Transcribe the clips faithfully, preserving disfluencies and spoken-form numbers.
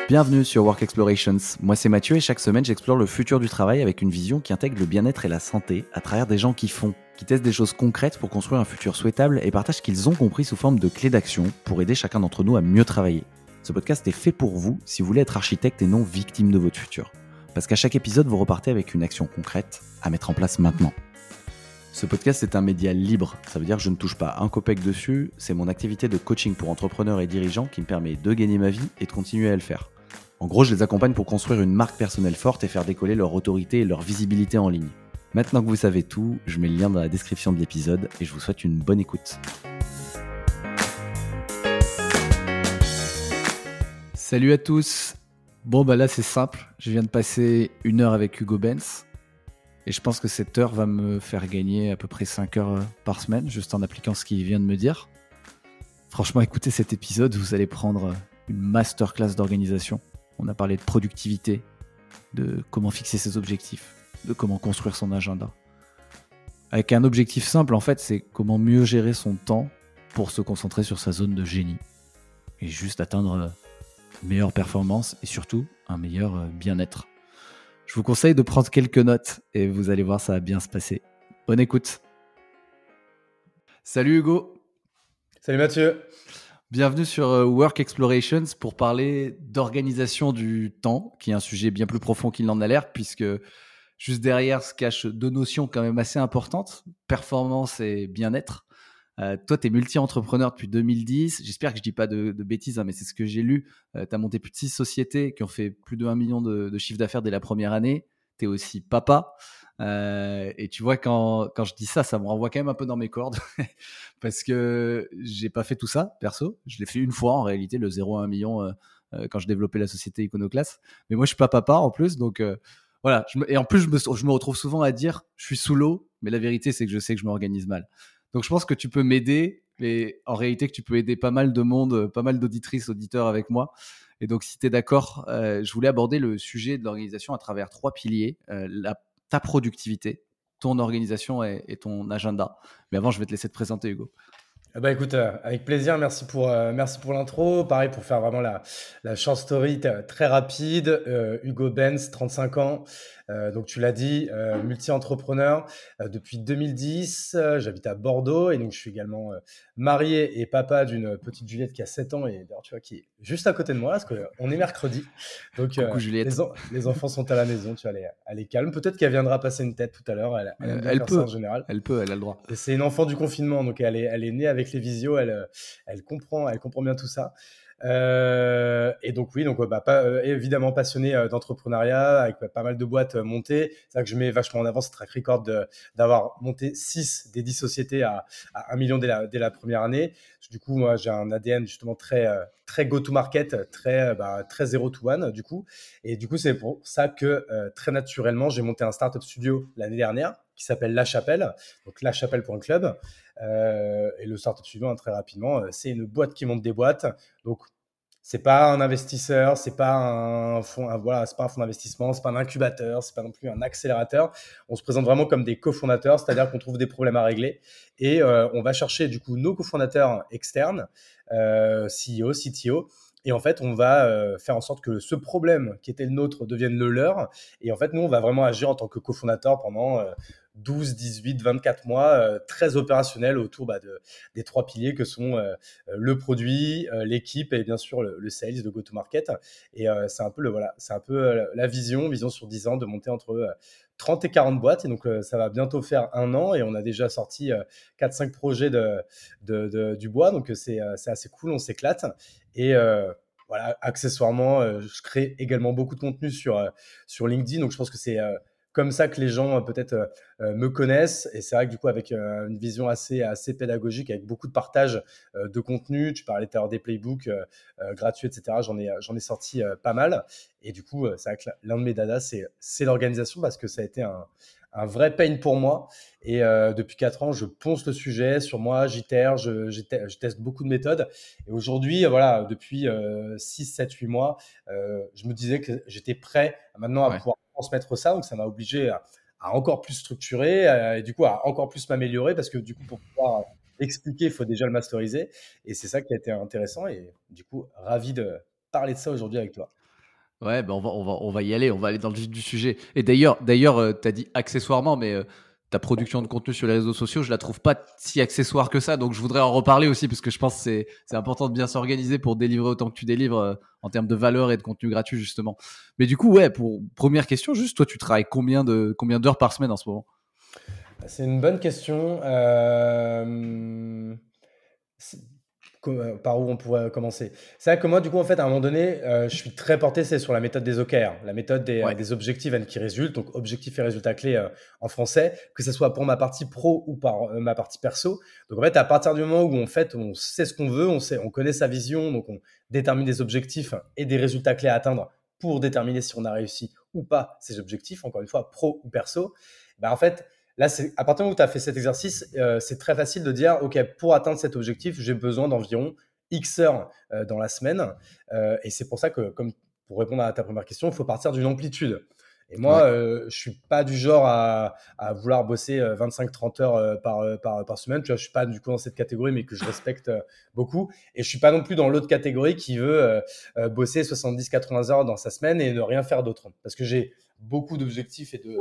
Bienvenue sur Work Explorations. Moi c'est Mathieu et chaque semaine j'explore le futur du travail avec une vision qui intègre le bien-être et la santé à travers des gens qui font, qui testent des choses concrètes pour construire un futur souhaitable et partagent ce qu'ils ont compris sous forme de clés d'action pour aider chacun d'entre nous à mieux travailler. Ce podcast est fait pour vous si vous voulez être architecte et non victime de votre futur. Parce qu'à chaque épisode vous repartez avec une action concrète à mettre en place maintenant. Ce podcast est un média libre, ça veut dire que je ne touche pas un copec dessus, c'est mon activité de coaching pour entrepreneurs et dirigeants qui me permet de gagner ma vie et de continuer à le faire. En gros, je les accompagne pour construire une marque personnelle forte et faire décoller leur autorité et leur visibilité en ligne. Maintenant que vous savez tout, je mets le lien dans la description de l'épisode et je vous souhaite une bonne écoute. Salut à tous. Bon bah là c'est simple, je viens de passer une heure avec Hugo Benz et je pense que cette heure va me faire gagner à peu près cinq heures par semaine juste en appliquant ce qu'il vient de me dire. Franchement, écoutez cet épisode, vous allez prendre une masterclass d'organisation. On a parlé de productivité, de comment fixer ses objectifs, de comment construire son agenda. Avec un objectif simple, en fait, c'est comment mieux gérer son temps pour se concentrer sur sa zone de génie. Et juste atteindre une meilleure performance et surtout un meilleur bien-être. Je vous conseille de prendre quelques notes et vous allez voir, ça va bien se passer. Bonne écoute. Salut Hugo. Salut Mathieu. Bienvenue sur Work Explorations pour parler d'organisation du temps, qui est un sujet bien plus profond qu'il n'en a l'air, puisque juste derrière se cachent deux notions quand même assez importantes, performance et bien-être. Euh, toi, tu es multi-entrepreneur depuis deux mille dix. J'espère que je ne dis pas de, de bêtises, hein, mais c'est ce que j'ai lu. Euh, tu as monté plus de six sociétés qui ont fait plus de un million de, de chiffre d'affaires dès la première année. Tu es aussi papa. Euh, et tu vois, quand, quand je dis ça, ça me renvoie quand même un peu dans mes cordes parce que j'ai pas fait tout ça, perso. Je l'ai fait une fois, en réalité, le zéro à un million euh, euh, quand je développais la société Iconoclast. Mais moi, je suis pas papa en plus, donc euh, voilà. Je me, et en plus, je me, je me retrouve souvent à dire je suis sous l'eau, mais la vérité, c'est que je sais que je m'organise mal. Donc, je pense que tu peux m'aider, mais en réalité, que tu peux aider pas mal de monde, pas mal d'auditrices, auditeurs avec moi. Et donc, si tu es d'accord, euh, je voulais aborder le sujet de l'organisation à travers trois piliers. Euh, la ta productivité, ton organisation et, et ton agenda. Mais avant, je vais te laisser te présenter, Hugo. Ah bah écoute, euh, avec plaisir, merci pour, euh, merci pour l'intro. Pareil, pour faire vraiment la, la short story t- très rapide. Euh, Hugo Benz, trente-cinq ans. Euh, donc tu l'as dit, euh, multi-entrepreneur euh, depuis deux mille dix. Euh, j'habite à Bordeaux et donc je suis également euh, marié et papa d'une petite Juliette qui a sept ans et d'ailleurs tu vois qui est juste à côté de moi parce qu'on est mercredi. Donc Coucou euh, Juliette. les, en- les enfants sont à la maison, tu vois, elle est, elle est calme. Peut-être qu'elle viendra passer une tête tout à l'heure. Elle, elle aime Euh, bien elle faire ça en peut, général. elle peut, elle a le droit. Et c'est une enfant du confinement, donc elle est, elle est née avec les visios, elle, euh, elle, comprend, elle comprend bien tout ça. Euh, et donc oui, donc ouais, bah, pas, euh, évidemment passionné euh, d'entrepreneuriat, avec bah, pas mal de boîtes euh, montées. C'est vrai que je mets vachement en avant ce track record de, d'avoir monté six des dix sociétés à, à un million dès la, dès la première année. Du coup, moi, j'ai un A D N justement très, euh, très go-to-market, très, bah, très zero to one, du coup. Et du coup, c'est pour ça que euh, très naturellement, j'ai monté un startup studio l'année dernière qui s'appelle La Chapelle, donc la chapelle point club. Euh, et le startup suivant, hein, très rapidement, euh, c'est une boîte qui monte des boîtes. Donc, c'est pas un investisseur, c'est pas un fonds, un, voilà, c'est pas un fonds d'investissement, c'est pas un incubateur, c'est pas non plus un accélérateur. On se présente vraiment comme des cofondateurs, c'est-à-dire qu'on trouve des problèmes à régler et euh, on va chercher du coup nos cofondateurs externes, euh, C E O, C T O. Et en fait, on va euh, faire en sorte que ce problème qui était le nôtre devienne le leur. Et en fait, nous, on va vraiment agir en tant que cofondateur pendant euh, douze, dix-huit, vingt-quatre mois, euh, très opérationnel autour bah, de, des trois piliers que sont euh, le produit, euh, l'équipe et bien sûr le, le sales de go-to-market. Et euh, c'est un peu, le, voilà, c'est un peu euh, la vision, vision sur dix ans de monter entre euh, trente et quarante boîtes. Et donc, euh, ça va bientôt faire un an et on a déjà sorti euh, quatre cinq projets de, de, de, du bois. Donc, c'est, euh, c'est assez cool, on s'éclate. Et euh, voilà, accessoirement, euh, je crée également beaucoup de contenu sur, euh, sur LinkedIn. Donc, je pense que c'est euh, comme ça que les gens euh, peut-être euh, me connaissent. Et c'est vrai que du coup, avec euh, une vision assez, assez pédagogique, avec beaucoup de partage euh, de contenu, tu parlais tout à l'heure des playbooks euh, euh, gratuits, et cetera. J'en ai, j'en ai sorti euh, pas mal. Et du coup, euh, c'est vrai que l'un de mes dadas, c'est, c'est l'organisation parce que ça a été un, un vrai pain pour moi. Et euh, depuis quatre ans, je ponce le sujet sur moi, j'itère, je, je, je teste beaucoup de méthodes. Et aujourd'hui, voilà, depuis euh, six, sept, huit mois, euh, je me disais que j'étais prêt maintenant à Ouais. pouvoir transmettre ça. Donc, ça m'a obligé à, à encore plus structurer euh, et du coup à encore plus m'améliorer parce que du coup, pour pouvoir expliquer, il faut déjà le masteriser. Et c'est ça qui a été intéressant. Et du coup, ravi de parler de ça aujourd'hui avec toi. Ouais, bah, on va on va on va y aller, on va aller dans le vif du sujet et d'ailleurs d'ailleurs, heu, tu as dit accessoirement, mais, heu, ta production de contenu sur les réseaux sociaux, je la trouve pas si accessoire que ça, donc je voudrais en reparler aussi parce que je pense que c'est c'est important de bien s'organiser pour délivrer autant que tu délivres, heu, en termes de valeur et de contenu gratuit justement. Mais du coup, ouais, pour première question juste, toi tu travailles combien de combien d'heures par semaine en ce moment? C'est une bonne question. Euh, c'est- co- euh, Par où on pourrait commencer? C'est vrai que moi, du coup, en fait, à un moment donné, euh, je suis très porté, c'est sur la méthode des O K R, la méthode des, euh, Ouais, des objectifs and key results, donc objectifs et résultats clés euh, en français, que ce soit pour ma partie pro ou par euh, ma partie perso. Donc, en fait, à partir du moment où en fait, on sait ce qu'on veut, on sait, on connaît sa vision, donc on détermine des objectifs et des résultats clés à atteindre pour déterminer si on a réussi ou pas ces objectifs, encore une fois, pro ou perso. Ben, en fait, là, c'est à partir du moment où tu as fait cet exercice, euh, c'est très facile de dire, OK, pour atteindre cet objectif, j'ai besoin d'environ X heures euh, dans la semaine. Euh, et c'est pour ça que, comme pour répondre à ta première question, il faut partir d'une amplitude. Et moi, ouais, euh, je suis pas du genre à, à vouloir bosser euh, vingt-cinq trente heures euh, par, euh, par, par semaine. Tu vois, je suis pas du coup dans cette catégorie, mais que je respecte euh, beaucoup. Et je suis pas non plus dans l'autre catégorie qui veut euh, euh, bosser soixante-dix quatre-vingts heures dans sa semaine et ne rien faire d'autre. Parce que j'ai beaucoup d'objectifs et de,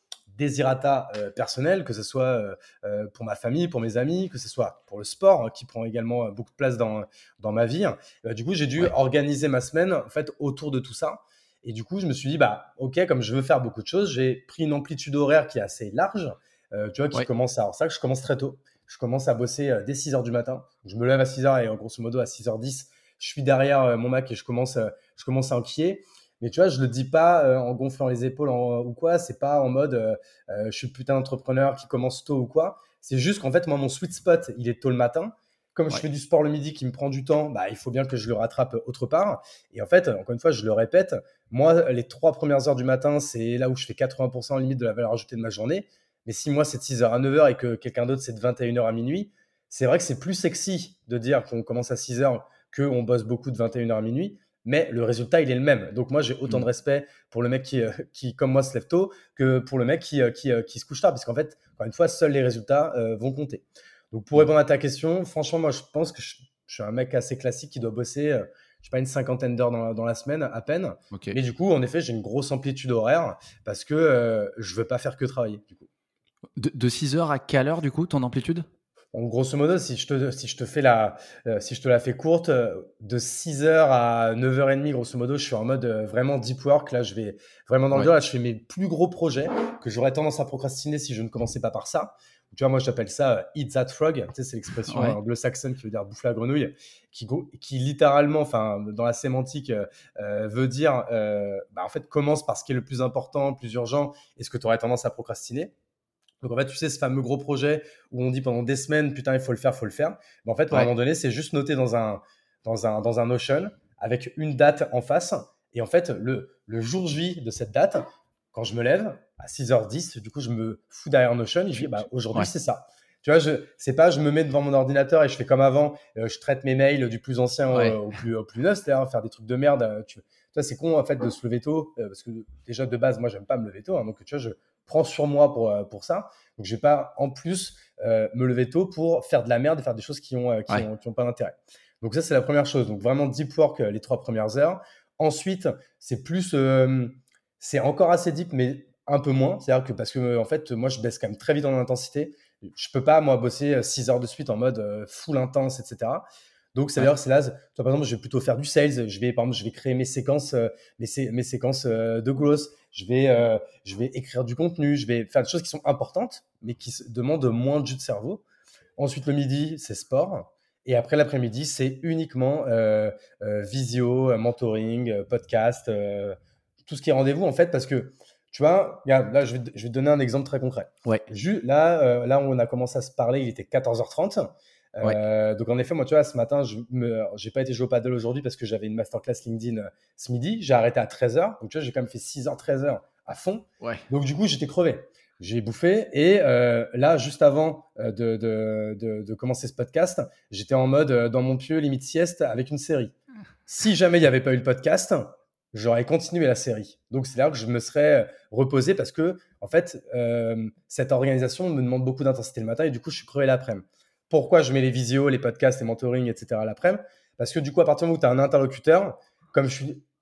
désirata euh, personnels, que ce soit euh, euh, pour ma famille, pour mes amis, que ce soit pour le sport, hein, qui prend également euh, beaucoup de place dans, dans ma vie. Euh, du coup, j'ai dû ouais, organiser ma semaine en fait autour de tout ça. Et du coup, je me suis dit, bah, ok, comme je veux faire beaucoup de choses, j'ai pris une amplitude horaire qui est assez large, euh, tu vois, qui ouais, commence à. Alors, ça, que je commence très tôt. Je commence à bosser euh, dès six heures du matin. Je me lève à six heures et, en grosso modo, à six heures dix, je suis derrière euh, mon Mac et je commence, euh, je commence à enquiller. Mais tu vois, je le dis pas euh, en gonflant les épaules en- ou quoi. C'est pas en mode euh, euh, je suis le putain d'entrepreneur qui commence tôt ou quoi. C'est juste qu'en fait, moi, mon sweet spot, il est tôt le matin. Comme je ouais. fais du sport le midi qui me prend du temps, bah, il faut bien que je le rattrape autre part. Et en fait, encore une fois, je le répète, moi, les trois premières heures du matin, c'est là où je fais quatre-vingts pour cent limite de la valeur ajoutée de ma journée. Mais si moi, c'est de six heures à neuf heures et que quelqu'un d'autre, c'est de vingt et une heures à minuit, c'est vrai que c'est plus sexy de dire qu'on commence à six heures qu'on bosse beaucoup de vingt et une heures à minuit. Mais le résultat, il est le même. Donc moi, j'ai autant de Mmh. respect pour le mec qui, euh, qui comme moi, se lève tôt que pour le mec qui, euh, qui, euh, qui se couche tard. Parce qu'en fait, encore une fois, seuls les résultats euh, vont compter. Donc pour Mmh. répondre à ta question, franchement, moi, je pense que je, je suis un mec assez classique qui doit bosser, euh, je sais pas, une cinquantaine d'heures dans, la- dans la semaine à peine. OK. Mais du coup, en effet, j'ai une grosse amplitude horaire parce que euh, je veux pas faire que travailler. Du coup. De de six heures à quelle heure du coup, ton amplitude? Donc, grosso modo, si je te, si je te fais la, euh, si je te la fais courte, euh, de six heures à neuf heures trente, grosso modo, je suis en mode euh, vraiment deep work. Là, je vais vraiment dans le Ouais, dur. Là, je fais mes plus gros projets que j'aurais tendance à procrastiner si je ne commençais pas par ça. Tu vois, moi, j'appelle ça euh, eat that frog. Tu sais, c'est l'expression ouais, anglo-saxonne qui veut dire bouffer la grenouille, qui, go- qui littéralement, enfin, dans la sémantique, euh, euh, veut dire, euh, bah, en fait, commence par ce qui est le plus important, le plus urgent, et ce que tu aurais tendance à procrastiner. Donc en fait, tu sais, ce fameux gros projet où on dit pendant des semaines, putain, il faut le faire, il faut le faire. Mais en fait, moi, à un ouais. moment donné, c'est juste noté dans un, dans un, dans un Notion avec une date en face. Et en fait, le, le jour J de cette date, quand je me lève à six heures dix, du coup, je me fous derrière Notion et je dis, Tu bah, tu aujourd'hui, ouais, c'est ça. Tu vois, je, c'est pas, je me mets devant mon ordinateur et je fais comme avant, euh, je traite mes mails du plus ancien au, ouais, au plus, au plus neuf, c'est-à-dire faire des trucs de merde. euh, Tu, tu vois, c'est con, en fait, de se lever tôt, euh, parce que déjà, de base, moi, j'aime pas me lever tôt. Hein, donc, tu vois, je prends sur moi pour, euh, pour ça. Donc, je vais pas en plus euh, me lever tôt pour faire de la merde et faire des choses qui ont, euh, qui ouais, ont, qui ont pas d'intérêt. Donc, ça, c'est la première chose. Donc, vraiment deep work euh, les trois premières heures. Ensuite, c'est plus, euh, c'est encore assez deep, mais un peu moins. C'est-à-dire que parce que, euh, en fait, moi, je baisse quand même très vite en intensité. Je peux pas, moi, bosser six heures de suite en mode euh, full intense, et cetera. Donc, ça veut ouais, dire que c'est là, toi, par exemple, je vais plutôt faire du sales. Je vais, par exemple, je vais créer mes séquences, euh, mes, sé- mes séquences euh, de growth. Je vais, euh, je vais écrire du contenu. Je vais faire des choses qui sont importantes, mais qui se- demandent moins de jus de cerveau. Ensuite, le midi, c'est sport. Et après l'après-midi, c'est uniquement euh, euh, visio, euh, mentoring, euh, podcast, euh, tout ce qui est rendez-vous, en fait, parce que, tu vois, regarde, là, je vais, te- je vais te donner un exemple très concret. ouais, Ju- là, euh, là, on a commencé à se parler, il était quatorze heures trente. ouais. Euh, donc, en effet, moi, tu vois, ce matin, je n'ai pas été jouer au paddle aujourd'hui parce que j'avais une masterclass LinkedIn euh, ce midi. J'ai arrêté à treize heures. Donc, tu vois, j'ai quand même fait six heures, treize heures à fond. Ouais. Donc, du coup, j'étais crevé. J'ai bouffé et euh, là, juste avant euh, de, de, de, de commencer ce podcast, j'étais en mode euh, dans mon pieu, limite sieste, avec une série. Si jamais il n'y avait pas eu le podcast, j'aurais continué la série. Donc c'est là que je me serais reposé parce que, en fait, euh, cette organisation me demande beaucoup d'intensité le matin et du coup, je suis crevé l'après-midi. Pourquoi je mets les visios, les podcasts, les mentorings, et cetera l'après-midi? Parce que du coup, à partir du moment où tu as un interlocuteur, comme je suis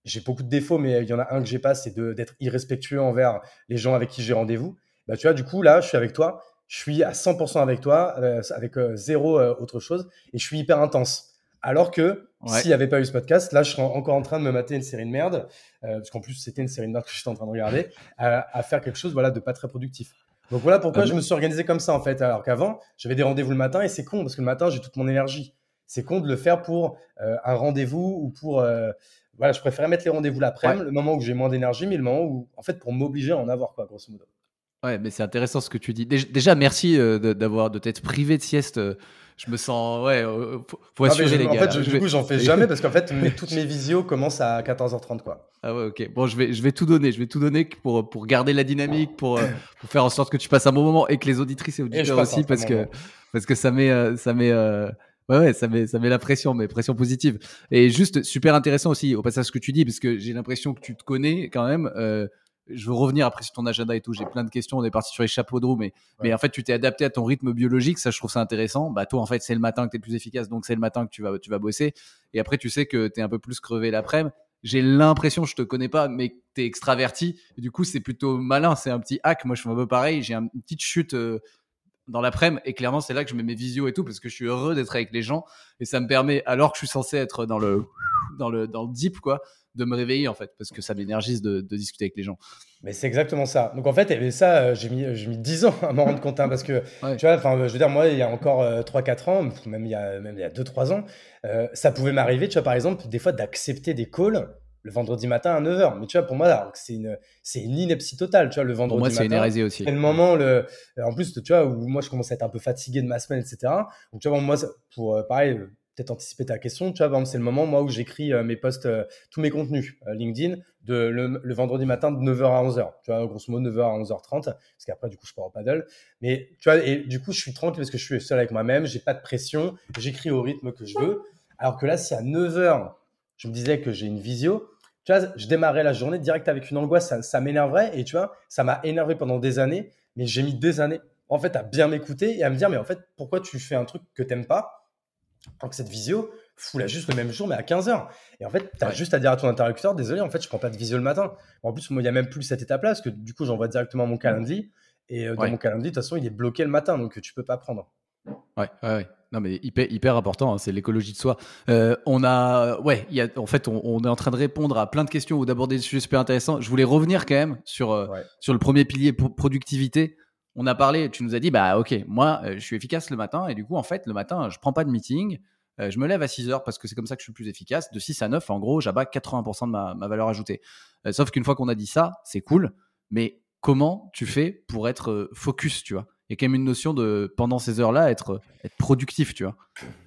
j'ai beaucoup de défauts, mais il y en a un que j'ai pas, c'est de, d'être irrespectueux envers les gens avec qui j'ai rendez-vous. Bah, tu vois, du coup, là, je suis avec toi, je suis à cent pour cent avec toi, euh, avec euh, zéro euh, autre chose, et je suis hyper intense. Alors que Ouais. s'il n'y avait pas eu ce podcast, là, je serais encore en train de me mater une série de merde, euh, parce qu'en plus, c'était une série de merde que j'étais en train de regarder, à, à faire quelque chose voilà, de pas très productif. Donc voilà Ah, pourquoi je mais- me suis organisé comme ça, en fait. Alors qu'avant, j'avais des rendez-vous le matin, et c'est con, parce que le matin, j'ai toute mon énergie. C'est con de le faire pour euh, un rendez-vous ou pour... euh, voilà, je préférais mettre les rendez-vous ouais. l'après-midi, le moment où j'ai moins d'énergie, mais le moment où, en fait, pour m'obliger à en avoir, quoi, grosso modo. Ouais, mais c'est intéressant ce que tu dis. Déj- Déjà, merci euh, de- d'avoir de t'être privé de sieste. euh, Je me sens, ouais, euh, faut, faut Non, mais je- assurer les en gars fait, là. je- Je du vais. coup, j'en fais jamais parce qu'en fait, mes- toutes mes visios commencent à quatorze heures trente, quoi. Ah ouais, ok. Bon, je vais, je vais tout donner. Je vais tout donner pour pour garder la dynamique, pour euh, pour faire en sorte que tu passes un bon moment et que les auditrices et Et je auditeurs passe un aussi, très parce bon que moment. parce que ça met euh, ça met euh, ouais ouais ça met ça met la pression, mais pression positive. Et juste super intéressant aussi au passage ce que tu dis, parce que j'ai l'impression que tu te connais quand même. Euh, je veux revenir après sur ton agenda et tout. J'ai plein de questions. On est parti sur les chapeaux de roue, mais mais Ouais. en fait tu t'es adapté à ton rythme biologique. Ça, je trouve ça intéressant. Bah toi en fait c'est le matin que t'es le plus efficace, donc c'est le matin que tu vas tu vas bosser. Et après tu sais que t'es un peu plus crevé l'après-midi. J'ai l'impression, je te connais pas, mais que t'es extraverti. Et du coup, c'est plutôt malin. C'est un petit hack. Moi, je fais un peu pareil. J'ai une petite chute euh, dans l'après-midi. Et clairement, c'est là que je mets mes visios et tout, parce que je suis heureux d'être avec les gens. Et ça me permet, alors que je suis censé être dans le, dans le, dans le deep, quoi, de me réveiller, en fait, parce que ça m'énergise de, de discuter avec les gens. Mais c'est exactement ça. Donc en fait, et ça, euh, j'ai mis, j'ai mis dix ans à m'en rendre compte, hein, parce que, Ouais. tu vois, enfin, je veux dire, moi, il y a encore euh, trois quatre ans, même il y a, même il y a deux trois ans, euh, ça pouvait m'arriver, tu vois, par exemple, des fois, d'accepter des calls le vendredi matin à neuf heures. Mais tu vois, pour moi, alors que c'est une, c'est une ineptie totale, tu vois, le Pour moi, vendredi c'est une matin, hérésie c'est aussi. le Ouais. moment, le, en plus, tu vois, où moi, je commence à être un peu fatigué de ma semaine, et cetera. Donc, tu vois, bon, moi, ça- pour, euh, pareil, euh, peut-être anticiper ta question, tu vois, par exemple, c'est le moment, moi, où j'écris euh, mes posts, euh, tous mes contenus euh, LinkedIn, de, le, le vendredi matin de neuf heures à onze heures. Tu vois, grosso modo neuf heures à onze heures trente, parce qu'après, du coup, je pars au paddle. Mais tu vois, et du coup, je suis tranquille parce que je suis seul avec moi-même, j'ai pas de pression, j'écris au rythme que je veux. Alors que là, si à neuf heures, je me disais que j'ai une visio, tu vois, je démarrais la journée direct avec une angoisse, ça, ça m'énerverait. Et tu vois, ça m'a énervé pendant des années, mais j'ai mis des années, en fait, à bien m'écouter et à me dire, mais en fait, pourquoi tu fais un truc que t'aimes pas? Donc cette visio, fous-la juste le même jour, mais à quinze heures. Et en fait, tu as Ouais. juste à dire à ton interlocuteur, désolé, en fait, je prends pas de visio le matin. En plus, moi, il n'y a même plus cette étape-là, parce que du coup, j'envoie directement mon calendrier. Et euh, dans Ouais. mon calendrier, de toute façon, il est bloqué le matin, donc euh, tu peux pas prendre. Ouais, ouais, ouais. Non, mais hyper, hyper important, hein, c'est l'écologie de soi. Euh, on a, ouais, il y a, en fait, on, on est en train de répondre à plein de questions ou d'aborder des sujets super intéressants. Je voulais revenir quand même sur, euh, Ouais. sur le premier pilier, pro- productivité. On a parlé, tu nous as dit, bah, ok, moi, euh, je suis efficace le matin et du coup, en fait, le matin, je prends pas de meeting. Euh, je me lève à six heures parce que c'est comme ça que je suis le plus efficace. De six à neuf, en gros, j'abats quatre-vingts pour cent de ma, ma valeur ajoutée. Euh, sauf qu'une fois qu'on a dit ça, c'est cool. Mais comment tu fais pour être euh, focus, tu vois? Il y a quand même une notion de, pendant ces heures-là, être, être productif, tu vois.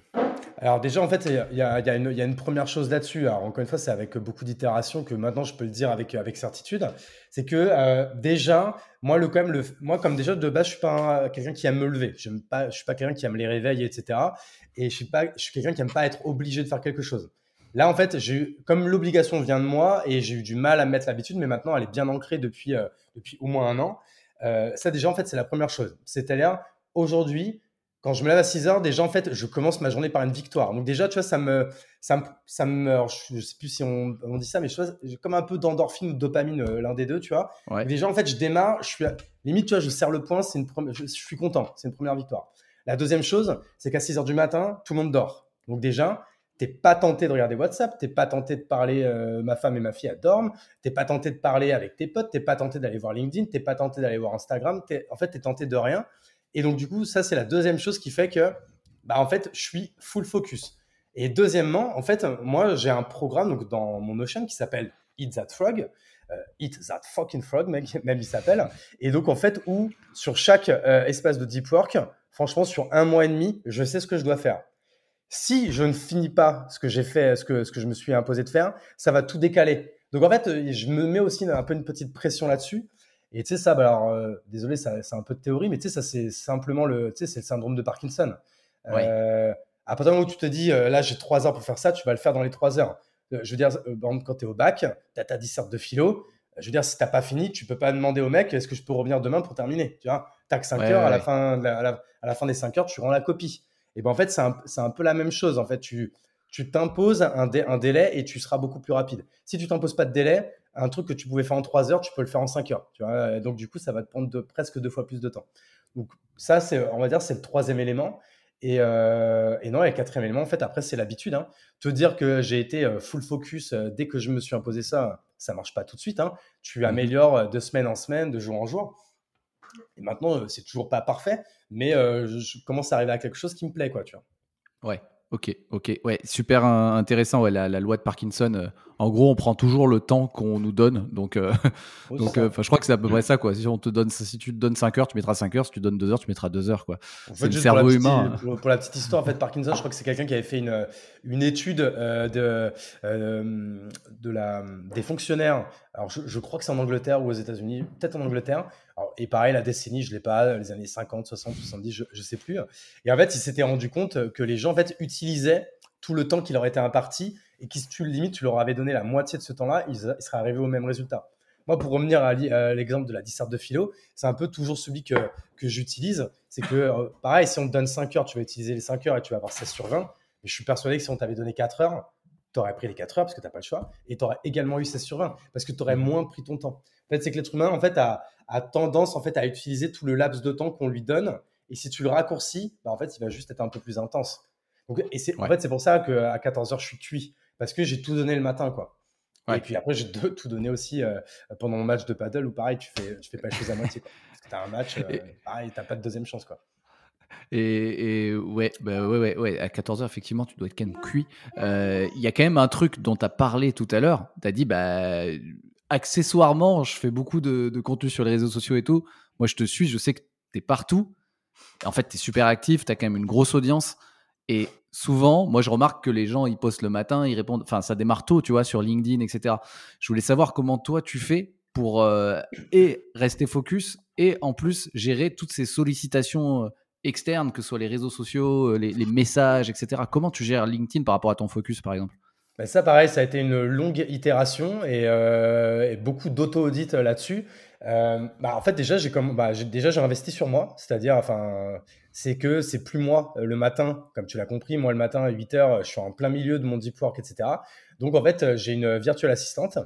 Alors déjà, en fait, il y a, il y a- il y a une, il y a une première chose là-dessus. Alors encore une fois, c'est avec beaucoup d'itérations que maintenant je peux le dire avec, avec certitude. C'est que euh, déjà, moi, le, quand même, le, moi, comme déjà de base, je suis pas un- quelqu'un qui aime me lever. J'aime pas, je suis pas quelqu'un qui aime les réveils, et cetera. Et je suis pas, je suis quelqu'un qui aime pas être obligé de faire quelque chose. Là, en fait, j'ai eu, comme l'obligation vient de moi et j'ai eu du mal à me mettre l'habitude, mais maintenant, elle est bien ancrée depuis, euh, depuis au moins un an. Euh, ça, déjà, en fait, c'est la première chose. C'est-à-dire, aujourd'hui, quand je me lève à six heures, déjà, en fait, je commence ma journée par une victoire. Donc, déjà, tu vois, ça me. Ça me, ça me alors, je ne sais plus si on, on dit ça, mais je vois, j'ai comme un peu d'endorphine ou de dopamine, euh, l'un des deux, tu vois. Ouais. Donc, déjà, en fait, je démarre, je suis. à- limite, tu vois, je serre le poing, c'est une première, je, je suis content, c'est une première victoire. La deuxième chose, c'est qu'à six heures du matin, tout le monde dort. Donc, déjà, t'es pas tenté de regarder WhatsApp, t'es pas tenté de parler, euh, ma femme et ma fille, elles dorment, t'es pas tenté de parler avec tes potes, t'es pas tenté d'aller voir LinkedIn, t'es pas tenté d'aller voir Instagram, t'es, en fait, t'es tenté de rien. Et donc, du coup, ça, c'est la deuxième chose qui fait que, bah, en fait, je suis full focus. Et deuxièmement, en fait, moi, j'ai un programme donc, dans mon Notion qui s'appelle Eat That Frog. Euh, Eat That Fucking Frog, même, même il s'appelle. Et donc, en fait, où sur chaque euh, espace de deep work, franchement, sur un mois et demi, je sais ce que je dois faire. Si je ne finis pas ce que j'ai fait, ce que, ce que je me suis imposé de faire, ça va tout décaler. Donc, en fait, euh, je me mets aussi un peu une petite pression là-dessus. Et tu sais, ça, bah alors, euh, désolé, ça, c'est un peu de théorie, mais tu sais, ça, c'est simplement le, tu sais, c'est le syndrome de Parkinson. Ouais. Euh, à partir du moment où tu te dis, euh, là, j'ai trois heures pour faire ça, tu vas le faire dans les trois heures. Euh, je veux dire, euh, par exemple, quand tu es au bac, tu as ta disserte de philo. Euh, Je veux dire, si tu n'as pas fini, tu peux pas demander au mec, est-ce que je peux revenir demain pour terminer? Tu vois, tac, Ouais, cinq heures, à ouais, la ouais. fin, de la- à la, à la fin des cinq heures, tu rends la copie. Et ben en fait, c'est un, c'est un peu la même chose. En fait, tu, tu t'imposes un, dé- un délai et tu seras beaucoup plus rapide. Si tu t'imposes pas de délai, un truc que tu pouvais faire en trois heures, tu peux le faire en cinq heures. Tu vois. Donc, du coup, ça va te prendre de, presque deux fois plus de temps. Donc, ça, c'est, on va dire, c'est le troisième élément. Et, euh, et non, et le quatrième élément, en fait, après, c'est l'habitude. Hein. Te dire que j'ai été euh, full focus euh, dès que je me suis imposé ça, ça marche pas tout de suite. Hein. Tu Mhm. améliores euh, de semaine en semaine, de jour en jour. Et maintenant, euh, c'est toujours pas parfait, mais euh, je, je commence à arriver à quelque chose qui me plaît, quoi, tu vois. Ouais, ok, ok. Ouais, super euh, intéressant. Ouais, la, la loi de Parkinson, euh, en gros, on prend toujours le temps qu'on nous donne. Donc, euh, Oui, c'est donc, euh, ça. 'fin, je crois que c'est à peu près ça, quoi. Si, on te donne, si tu te donnes cinq heures, tu mettras cinq heures. Si tu donnes deux heures, tu mettras deux heures, quoi. En C'est fait, le juste pour la cerveau petite, humain. pour, pour la petite histoire, en fait, Parkinson, je crois que c'est quelqu'un qui avait fait une, une étude euh, de, euh, de la, des fonctionnaires. Alors, je, je crois que c'est en Angleterre ou aux États-Unis, peut-être en Angleterre. Alors, et pareil, la décennie, je ne l'ai pas, les années cinquante, soixante, soixante-dix, je ne sais plus. Et en fait, il s'était rendu compte que les gens, en fait, utilisaient tout le temps qui leur était imparti et qui, si tu limite, tu leur avais donné la moitié de ce temps-là, ils, ils seraient arrivés au même résultat. Moi, pour revenir à, l'i- à l'exemple de la disserte de philo, c'est un peu toujours celui que, que j'utilise. C'est que, euh, pareil, si on te donne cinq heures, tu vas utiliser les cinq heures et tu vas avoir seize sur vingt. Mais je suis persuadé que si on t'avait donné quatre heures, tu aurais pris les quatre heures parce que tu n'as pas le choix. Et tu aurais également eu seize sur vingt parce que tu aurais Mhm. moins pris ton temps. En fait, c'est que l'être humain, en fait, a, a tendance en fait, à utiliser tout le laps de temps qu'on lui donne. Et si tu le raccourcis, bah, en fait, il va juste être un peu plus intense. Donc, et c'est, en Ouais, fait, c'est pour ça qu'à quatorze heures, je suis cuit. Parce que j'ai tout donné le matin, quoi. Et ouais. puis après, j'ai de- tout donné aussi euh, pendant mon match de paddle où pareil, tu fais, tu fais pas les choses à moitié, quoi. Parce que tu as un match, euh, Et, pareil, tu n'as pas de deuxième chance, quoi. et, et ouais, bah ouais, ouais, ouais. À quatorze heures, effectivement, tu dois être quand même cuit. Euh, Il y a quand même un truc dont tu as parlé tout à l'heure. Tu as dit, bah, accessoirement, je fais beaucoup de, de contenu sur les réseaux sociaux et tout. Moi, je te suis, je sais que tu es partout. En fait, tu es super actif, tu as quand même une grosse audience. Et souvent, moi, je remarque que les gens, ils postent le matin, ils répondent. Enfin, ça démarre tôt, tu vois, sur LinkedIn, et cetera. Je voulais savoir comment toi, tu fais pour euh, et rester focus et en plus gérer toutes ces sollicitations euh, externes, que ce soit les réseaux sociaux, euh, les, les messages, et cetera. Comment tu gères LinkedIn par rapport à ton focus, par exemple? Ben ça, pareil, ça a été une longue itération et, euh, et beaucoup d'auto-audit euh, là-dessus. Euh, bah, en fait, déjà, j'ai comme, bah, j'ai, déjà, j'ai investi sur moi, c'est-à-dire, enfin, c'est que c'est plus moi euh, le matin, comme tu l'as compris, moi le matin à huit heures, je suis en plein milieu de mon deep work, et cetera. Donc, en fait, euh, j'ai une virtuelle assistante.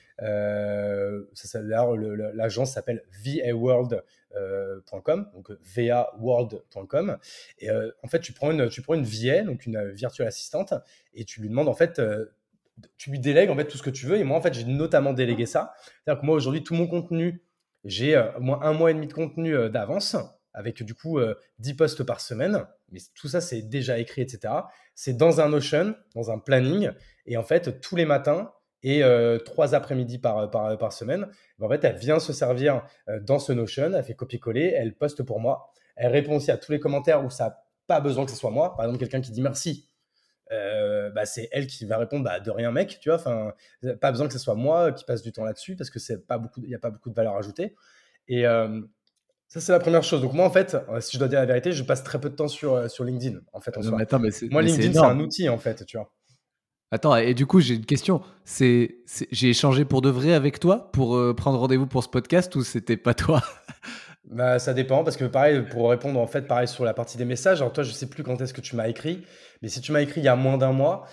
Euh, ça, ça, d'ailleurs, le- le- l'agence s'appelle v a world point com, donc v a world point com. Et euh, en fait, tu prends une, tu prends une V A, donc une euh, virtuelle assistante, et tu lui demandes en fait, euh, tu lui délègues en fait tout ce que tu veux. Et moi, en fait, j'ai notamment délégué ça. C'est-à-dire que moi, aujourd'hui, tout mon contenu, j'ai euh, au moins un mois et demi de contenu euh, d'avance, avec du coup euh, dix posts par semaine. Mais tout ça, c'est déjà écrit, et cetera. C'est dans un Notion, dans un planning. Et en fait, tous les matins et euh, trois après-midi par, par, par semaine, en fait, elle vient se servir euh, dans ce Notion, elle fait copier-coller, elle poste pour moi. Elle répond aussi à tous les commentaires où ça n'a pas besoin que ce soit moi. Par exemple, quelqu'un qui dit merci, euh, bah, c'est elle qui va répondre bah, de rien mec, tu vois. Enfin, pas besoin que ce soit moi qui passe du temps là-dessus parce que c'est pas beaucoup, il n'y a pas beaucoup de valeur ajoutée. Et euh, ça c'est la première chose. Donc moi en fait, euh, si je dois dire la vérité, je passe très peu de temps sur euh, sur LinkedIn en fait en Non, mais soi. attends, mais c'est, Moi mais c'est LinkedIn c'est un énorme. outil en fait, tu vois. Attends, et du coup, j'ai une question. C'est, c'est- j'ai échangé pour de vrai avec toi pour euh, prendre rendez-vous pour ce podcast ou c'était pas toi? Bah, ça dépend parce que pareil, pour répondre en fait, pareil sur la partie des messages. Alors toi, je sais plus quand est-ce que tu m'as écrit, mais si tu m'as écrit il y a moins d'un mois,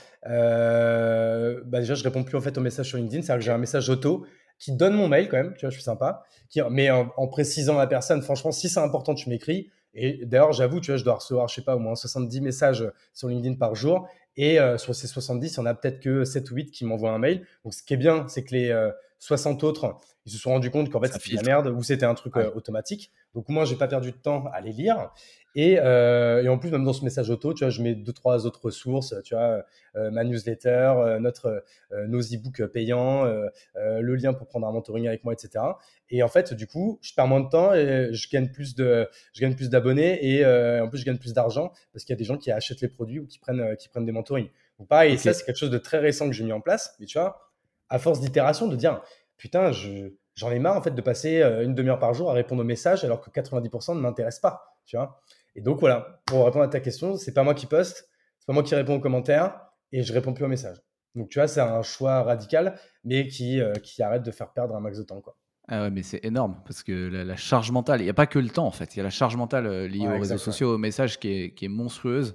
euh, bah déjà je réponds plus en fait aux messages sur LinkedIn. C'est-à-dire que j'ai un message auto qui donne mon mail quand même, tu vois, je suis sympa, qui, mais en, en précisant la personne. Franchement, si c'est important, tu m'écris. Et d'ailleurs, j'avoue, tu vois, je dois recevoir, je sais pas, au moins soixante-dix messages sur LinkedIn par jour. Et euh, sur ces soixante-dix, il y en a peut-être que sept ou huit qui m'envoient un mail. Donc, ce qui est bien, c'est que les euh, soixante autres, ils se sont rendus compte qu'en fait, Ça c'était de la filtre. merde ou c'était un truc Ouais. euh, automatique. Donc, moi, j'ai pas perdu de temps à les lire. Et, euh, et en plus, même dans ce message auto, tu vois, je mets deux, trois autres ressources, tu vois, euh, ma newsletter, euh, notre, euh, nos e-books payants, euh, euh, le lien pour prendre un mentoring avec moi, et cetera. Et en fait, du coup, je perds moins de temps et je gagne plus de, je gagne plus d'abonnés et euh, en plus, je gagne plus d'argent parce qu'il y a des gens qui achètent les produits ou qui prennent, euh, qui prennent des mentorings. Donc, pareil, Ok. ça, c'est quelque chose de très récent que j'ai mis en place. Mais tu vois, à force d'itération, de dire, putain, je, j'en ai marre en fait de passer euh, une demi-heure par jour à répondre aux messages alors que quatre-vingt-dix pour cent ne m'intéressent pas, tu vois. Et donc voilà, pour répondre à ta question, c'est pas moi qui poste, c'est pas moi qui réponds aux commentaires et je réponds plus aux messages. Donc tu vois, c'est un choix radical, mais qui, euh, qui arrête de faire perdre un max de temps, quoi. Ah ouais, mais c'est énorme parce que la, la charge mentale, il n'y a pas que le temps en fait, il y a la charge mentale euh, liée Ouais, aux réseaux exact, ouais. sociaux, aux messages qui est, qui est monstrueuse.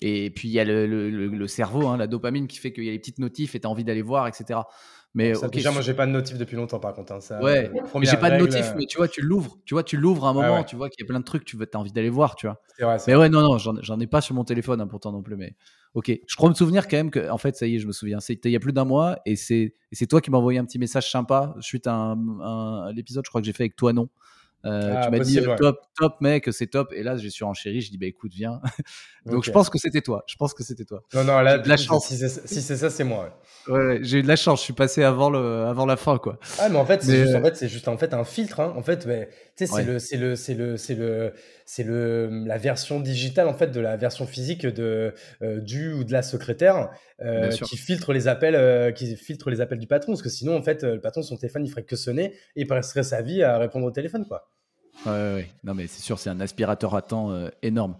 Et puis il y a le, le, le, le cerveau, hein, la dopamine qui fait qu'il y a les petites notifs et tu as envie d'aller voir, et cetera. Mais Ça, ok, déjà, moi, su- j'ai pas de notif depuis longtemps, par contre. Hein. Ça, ouais, euh, mais j'ai première pas de règle. notif, euh, mais tu vois, tu l'ouvres, tu vois, tu l'ouvres à un Ouais, moment, ouais. tu vois qu'il y a plein de trucs, tu as envie d'aller voir, tu vois. C'est vrai, c'est Mais vrai. ouais, non, non, j'en, j'en ai pas sur mon téléphone, hein, pourtant non plus. Mais ok, je crois me souvenir quand même que, en fait, ça y est, je me souviens. C'était il y a plus d'un mois et c'est, et c'est toi qui m'as envoyé un petit message sympa suite à, un, un- à l'épisode, je crois que j'ai fait avec toi, non. Euh, tu Ah, m'as dit euh, possible, ouais. top, top mec, c'est top. Et là, j'ai surenchéri, je dis bah écoute, viens. Donc je Ok. pense que c'était toi. Je pense que c'était toi. Non, non, J'ai là, eu de du la coup, c'est- si chance. c'est si c'est ça, c'est moi. Ouais. Ouais, ouais, j'ai eu de la chance. Je suis passé avant le, avant la fin, quoi. Ah, mais en fait, c'est Mais juste, euh, en fait, c'est juste en fait un filtre. Hein. En fait, ouais, tu sais, c'est ouais, le, c'est le, c'est le, c'est le, c'est le, la version digitale en fait de la version physique de euh, du ou de la secrétaire bien euh, sûr. qui filtre les appels, euh, qui filtre les appels du patron. Parce que sinon, en fait, euh, le patron, son téléphone, il ferait que sonner et il passerait sa vie à répondre au téléphone, quoi. Ouais, ouais, ouais. Non, mais c'est sûr, c'est un aspirateur à temps euh, énorme.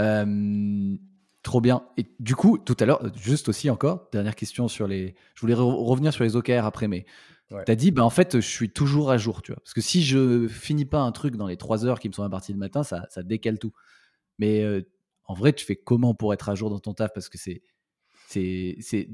Euh, trop bien. Et du coup, tout à l'heure, juste aussi encore, dernière question sur les. Je voulais re- revenir sur les O K R après, mais Ouais. tu as dit, bah, en fait, je suis toujours à jour, tu vois. Parce que si je finis pas un truc dans les trois heures qui me sont imparties le matin, ça, ça décale tout. Mais euh, en vrai, tu fais comment pour être à jour dans ton taf? Parce que c'est. c'est, c'est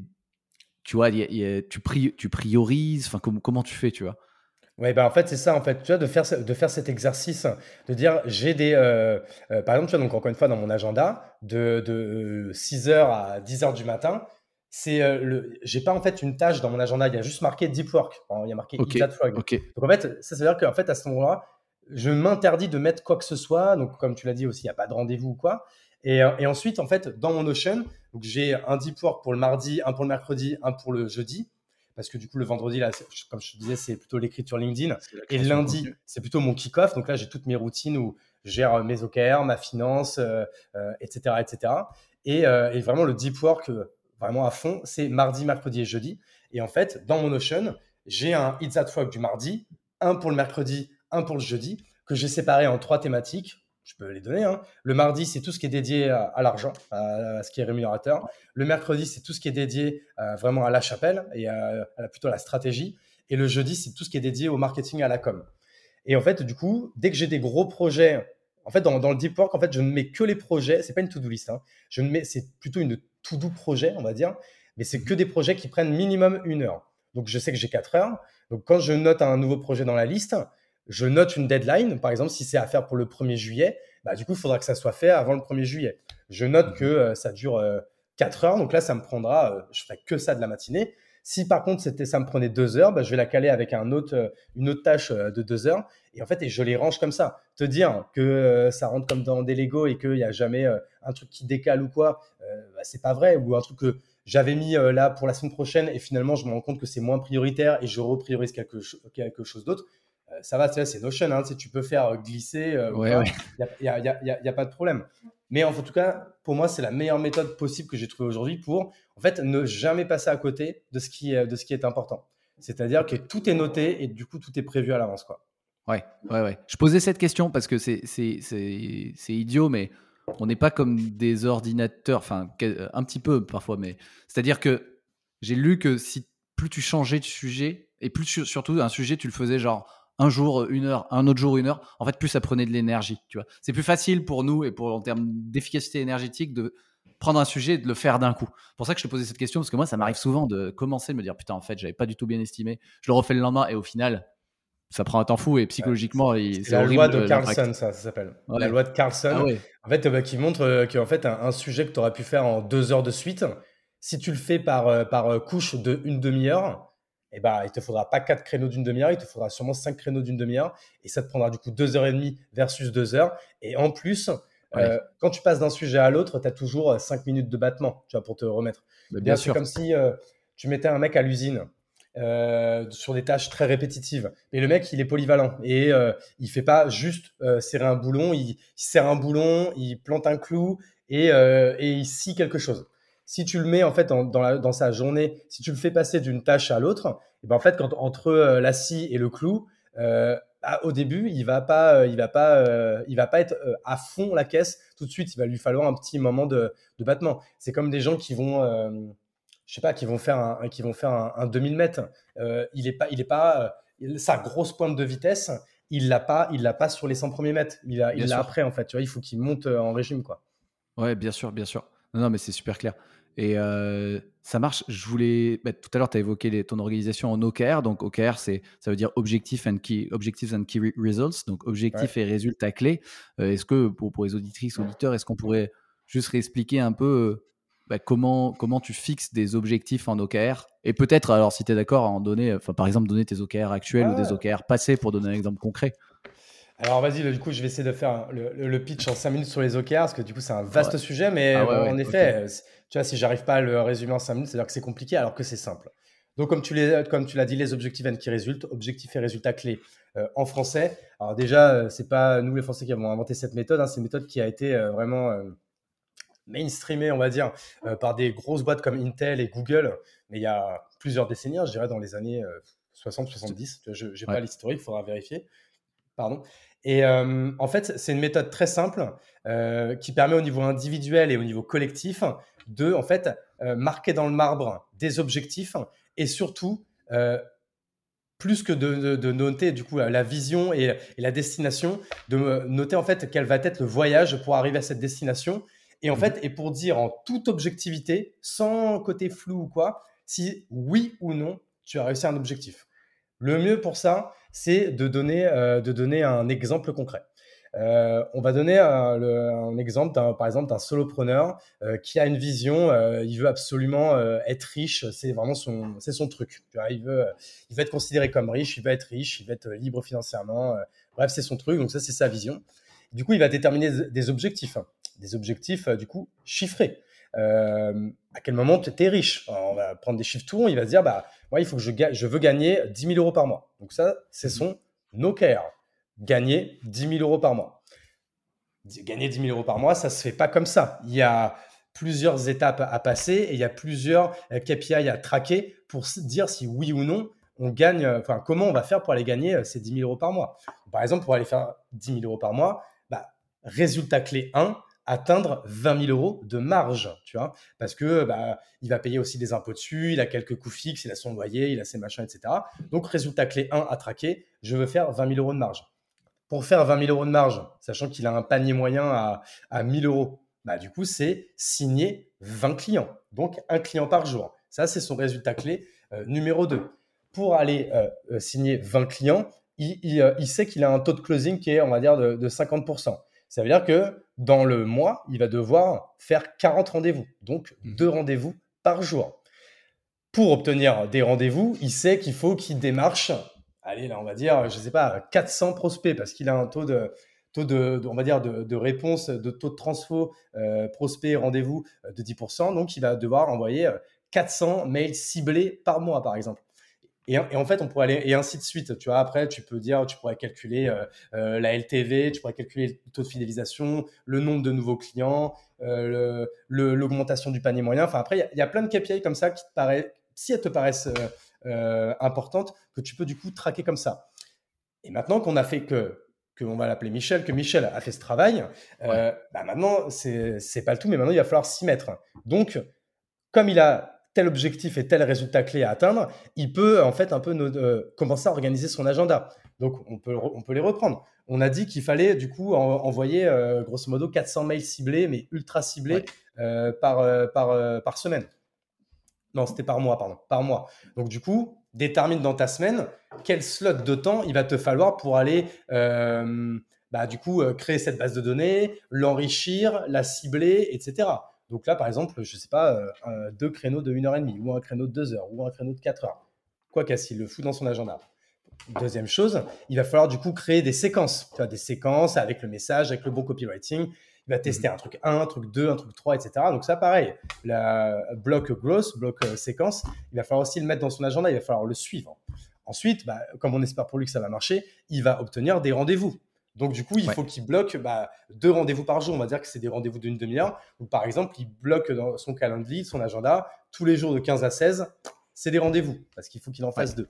tu vois, il y a- il y a- tu, pri- tu priorises, enfin, com- comment tu fais, tu vois? Ouais, bah, en fait, c'est ça, en fait, tu vois, de faire, ce- de faire cet exercice, de dire, j'ai des, euh, euh, par exemple, tu vois, donc encore une fois, dans mon agenda, de, de six heures à dix heures du matin, c'est euh, le, j'ai pas, en fait, une tâche dans mon agenda, il y a juste marqué deep work, hein, il y a marqué Ok, Eat That Frog. ok. Donc, en fait, ça, ça veut dire qu'en fait, à ce moment-là, je m'interdis de mettre quoi que ce soit, donc, comme tu l'as dit aussi, il n'y a pas de rendez-vous ou quoi. Et, euh, et ensuite, en fait, dans mon Notion, donc, j'ai un deep work pour le mardi, un pour le mercredi, un pour le jeudi. Parce que du coup, le vendredi, là, c'est- comme je te disais, c'est plutôt l'écriture LinkedIn. C'est la Et création de lundi, contenu. c'est plutôt mon kick-off. Donc là, j'ai toutes mes routines où je gère euh, mes O K R, ma finance, euh, euh, et cetera, et cetera. Et, euh, et vraiment, le deep work, euh, vraiment à fond, c'est mardi, mercredi et jeudi. Et en fait, dans mon Notion, j'ai un It's That Frog du mardi, un pour le mercredi, un pour le jeudi, que j'ai séparé en trois thématiques. Je peux les donner. Hein. Le mardi, c'est tout ce qui est dédié à, à l'argent, à, à ce qui est rémunérateur. Le mercredi, c'est tout ce qui est dédié euh, vraiment à la chapelle et à, à la, plutôt à la stratégie. Et le jeudi, c'est tout ce qui est dédié au marketing et à la com. Et en fait, du coup, dès que j'ai des gros projets, en fait, dans, dans le deep work, en fait, je ne mets que les projets. C'est pas une to-do list. Hein. Je ne mets, c'est plutôt une to-do projet, on va dire. Mais c'est que Mhm. des projets qui prennent minimum une heure. Donc, je sais que j'ai quatre heures. Donc, quand je note un nouveau projet dans la liste, je note une deadline. Par exemple, si c'est à faire pour le premier juillet, bah, du coup, il faudra que ça soit fait avant le premier juillet. Je note que Mhm. euh, ça dure euh, quatre heures. Donc là, ça me prendra, euh, je ferai que ça de la matinée. Si par contre, c'était, ça me prenait deux heures, bah, je vais la caler avec un autre, euh, une autre tâche euh, de deux heures. Et en fait, et je les range comme ça. Te dire que euh, ça rentre comme dans des Lego et qu'il n'y a jamais euh, un truc qui décale ou quoi, euh, bah, c'est pas vrai. Ou un truc que j'avais mis euh, là pour la semaine prochaine et finalement, je me rends compte que c'est moins prioritaire et je repriorise quelque, cho- quelque chose d'autre. Euh, ça va, tu sais, c'est Notion, hein, tu sais, tu peux faire euh, glisser euh, ou Ouais, ouais. pas. Il n'y a, y a, y a, y a pas de problème. Mais en tout cas, pour moi, c'est la meilleure méthode possible que j'ai trouvée aujourd'hui pour, en fait, ne jamais passer à côté de ce qui est, de ce qui est important. C'est-à-dire que Ok. tout est noté et du coup, tout est prévu à l'avance, quoi. Ouais, ouais, ouais. Je posais cette question parce que c'est, c'est, c'est, c'est idiot, mais on n'est pas comme des ordinateurs, enfin, que- un petit peu parfois, mais c'est-à-dire que j'ai lu que si plus tu changeais de sujet, et plus sur- surtout un sujet, tu le faisais genre un jour, une heure, un autre jour, une heure, en fait, plus ça prenait de l'énergie, tu vois. C'est plus facile pour nous et pour, en termes d'efficacité énergétique de prendre un sujet et de le faire d'un coup. C'est pour ça que je te posais cette question, parce que moi, ça Ouais. m'arrive souvent de commencer, de me dire, putain, en fait, j'avais pas du tout bien estimé. Je le refais le lendemain et au final, ça prend un temps fou et Ouais, c'est psychologiquement, il- c'est c'est la loi horrible de euh, l'impact. Carlson, ça, ça s'appelle. La Ouais. loi de Ah Carlson, ouais. en fait, euh, bah, qui montre euh, qu'en fait, un, un sujet que tu aurais pu faire en deux heures de suite, si tu le fais par, euh, par euh, couche de une demi-heure, eh ben, il te faudra pas quatre créneaux d'une demi-heure, il te faudra sûrement cinq créneaux d'une demi-heure, et ça te prendra du coup deux heures et demie versus deux heures. Et en plus, Ouais. euh, quand tu passes d'un sujet à l'autre, tu as toujours euh, cinq minutes de battement, tu vois, pour te remettre. Bah, Eh bien bien, c'est sûr. comme si euh, tu mettais un mec à l'usine euh, sur des tâches très répétitives. Et le mec, il est polyvalent et euh, il fait pas juste euh, serrer un boulon, il, il serre un boulon, il plante un clou et, euh, et il scie quelque chose. Si tu le mets en fait en- dans, la- dans sa journée, si tu le fais passer d'une tâche à l'autre, et ben en fait quand entre euh, la scie et le clou, euh, ah, au début il va pas, euh, il va pas, euh, il va pas être euh, à fond la caisse tout de suite. Il va lui falloir un petit moment de, de battement. C'est comme des gens qui vont euh, je sais pas, qui vont faire un, qui vont faire un, un deux mille mètres. Euh, il est pas, il est pas, euh, sa grosse pointe de vitesse, il l'a pas, il l'a pas sur les cent premiers mètres. Il a, Bien il l'a sûr. après en fait. Tu vois, il faut qu'il monte euh, en régime quoi. Ouais, bien sûr, bien sûr. Non, non, mais c'est super clair. Et euh, ça marche. Je voulais. Bah, tout à l'heure, tu as évoqué les- ton organisation en O K R. Donc, O K R, c'est, ça veut dire Objective and Key, Objectives and Key Re- Results. Donc, Ouais. objectifs et résultats clés. Euh, est-ce que, pour, pour les auditrices, auditeurs, est-ce qu'on pourrait juste réexpliquer un peu euh, bah, comment, comment tu fixes des objectifs en O K R? Et peut-être, alors, si tu es d'accord, à en donner, enfin, par exemple, donner tes O K R actuels ou des Ouais. O K R passés pour donner un exemple concret. Alors vas-y, le- du coup, je vais essayer de faire le, le- le pitch en cinq minutes sur les O K R, parce que du coup, c'est un Ouais. vaste sujet, Ah mais ouais, bon, ouais, en ok. effet, euh, c'est- tu vois, si j'arrive pas à le résumer en cinq minutes, c'est-à-dire que c'est compliqué, alors que c'est simple. Donc, comme tu l'as, comme tu l'as dit, les objectifs and key résultats, objectifs et résultats clés euh, en français. Alors déjà, euh, c'est pas nous les Français qui avons inventé cette méthode, hein, c'est une méthode qui a été euh, vraiment euh, mainstreamée, on va dire, euh, par des grosses boîtes comme Intel et Google, mais il y a plusieurs décennies, hein, je dirais dans les années euh, soixante soixante-dix. Je n'ai Ouais. pas l'historique, il faudra vérifier. Pardon. Et euh, en fait, c'est une méthode très simple euh, qui permet au niveau individuel et au niveau collectif de en fait euh, marquer dans le marbre des objectifs et surtout euh, plus que de, de, de noter du coup la vision et, et la destination, de noter en fait quel va être le voyage pour arriver à cette destination et en Mhm. fait et pour dire en toute objectivité, sans côté flou ou quoi, si oui ou non tu as réussi un objectif. Le mieux pour ça, c'est de donner, euh, de donner un exemple concret. Euh, on va donner un, le- un exemple, d'un- par exemple, d'un solopreneur euh, qui a une vision. Euh, il veut absolument euh, être riche. C'est vraiment son, c'est son truc. Tu vois, il veut, il veut être considéré comme riche. Il veut être riche. Il veut être libre financièrement. Euh, bref, c'est son truc. Donc ça, c'est sa vision. Du coup, il va déterminer des des objectifs, hein. Des objectifs euh, du coup chiffrés. Euh, à quel moment tu es riche? Alors, on va prendre des chiffres tout ronds. Il va se dire, bah moi, il faut que je, ga- je veux gagner dix mille euros par mois. Donc ça, c'est Mhm. son O K R. Gagner dix mille euros par mois. Gagner dix mille euros par mois, ça se fait pas comme ça. Il y a plusieurs étapes à passer et il y a plusieurs euh, K P I à traquer pour se dire si oui ou non on gagne, euh, enfin comment on va faire pour aller gagner euh, ces dix mille euros par mois. Par exemple, pour aller faire dix mille euros par mois, bah, résultat clé un, atteindre vingt mille euros de marge, tu vois, parce que bah, il va payer aussi des impôts dessus, il a quelques coûts fixes, il a son loyer, il a ses machins, et cetera. Donc résultat clé un à traquer, je veux faire vingt mille euros de marge. Pour faire vingt mille euros de marge, sachant qu'il a un panier moyen à, à mille euros, bah, du coup, c'est signer vingt clients. Donc, un client par jour. Ça, c'est son résultat clé euh, numéro deux. Pour aller euh, euh, signer vingt clients, il, il, euh, il sait qu'il a un taux de closing qui est, on va dire, de, de cinquante pour cent. Ça veut dire que dans le mois, il va devoir faire quarante rendez-vous. Donc, deux Mhm. rendez-vous par jour. Pour obtenir des rendez-vous, il sait qu'il faut qu'il démarche, allez, là, on va dire, je sais pas, quatre cents prospects parce qu'il a un taux de, taux de, de- on va dire, de, de réponse, de taux de transfo euh, prospect rendez-vous euh, de dix pour cent. Donc, il va devoir envoyer euh, quatre cents mails ciblés par mois, par exemple. Et, et en fait, on pourrait aller, et ainsi de suite. Tu vois, après, tu peux dire, tu pourrais calculer euh, euh, la L T V, tu pourrais calculer le taux de fidélisation, le nombre de nouveaux clients, euh, le- le- l'augmentation du panier moyen. Enfin, après, il y, a- il y a plein de K P I comme ça qui te paraissent, si elles te paraissent euh, euh, importantes, que tu peux du coup traquer comme ça. Et maintenant qu'on a fait que, qu'on va l'appeler Michel, que Michel a fait ce travail, Ouais. euh, bah maintenant, c'est c'est pas le tout, mais maintenant, il va falloir s'y mettre. Donc, comme il a tel objectif et tel résultat clé à atteindre, il peut en fait un peu no- euh, commencer à organiser son agenda. Donc on peut, on peut les reprendre. On a dit qu'il fallait du coup en- envoyer euh, grosso modo quatre cents mails ciblés, mais ultra Ouais. ciblés euh, par, euh, par, euh, par semaine. Non, c'était par mois, pardon, par mois. Donc du coup, détermine dans ta semaine quel slot de temps il va te falloir pour aller euh, bah, du coup euh, créer cette base de données, l'enrichir, la cibler, et cetera. Donc là, par exemple, je ne sais pas, euh, un- deux créneaux de une heure et demie, ou un créneau de deux heures, ou un créneau de quatre heures. Quoi qu'à s'il le fout dans son agenda. Deuxième chose, il va falloir du coup créer des séquences. Tu vois, des séquences avec le message, avec le bon copywriting. Il va tester Mhm. un truc un, un truc deux, un truc trois, et cetera. Donc ça, pareil, la bloc growth, bloc euh, séquence, il va falloir aussi le mettre dans son agenda, il va falloir le suivre. Ensuite, bah, comme on espère pour lui que ça va marcher, il va obtenir des rendez-vous. Donc du coup, il Ouais. faut qu'il bloque bah, deux rendez-vous par jour. On va dire que c'est des rendez-vous d'une demi-heure. Donc par exemple, il bloque dans son calendrier, son agenda, tous les jours de quinze à seize, c'est des rendez-vous, parce qu'il faut qu'il en Ouais. fasse deux.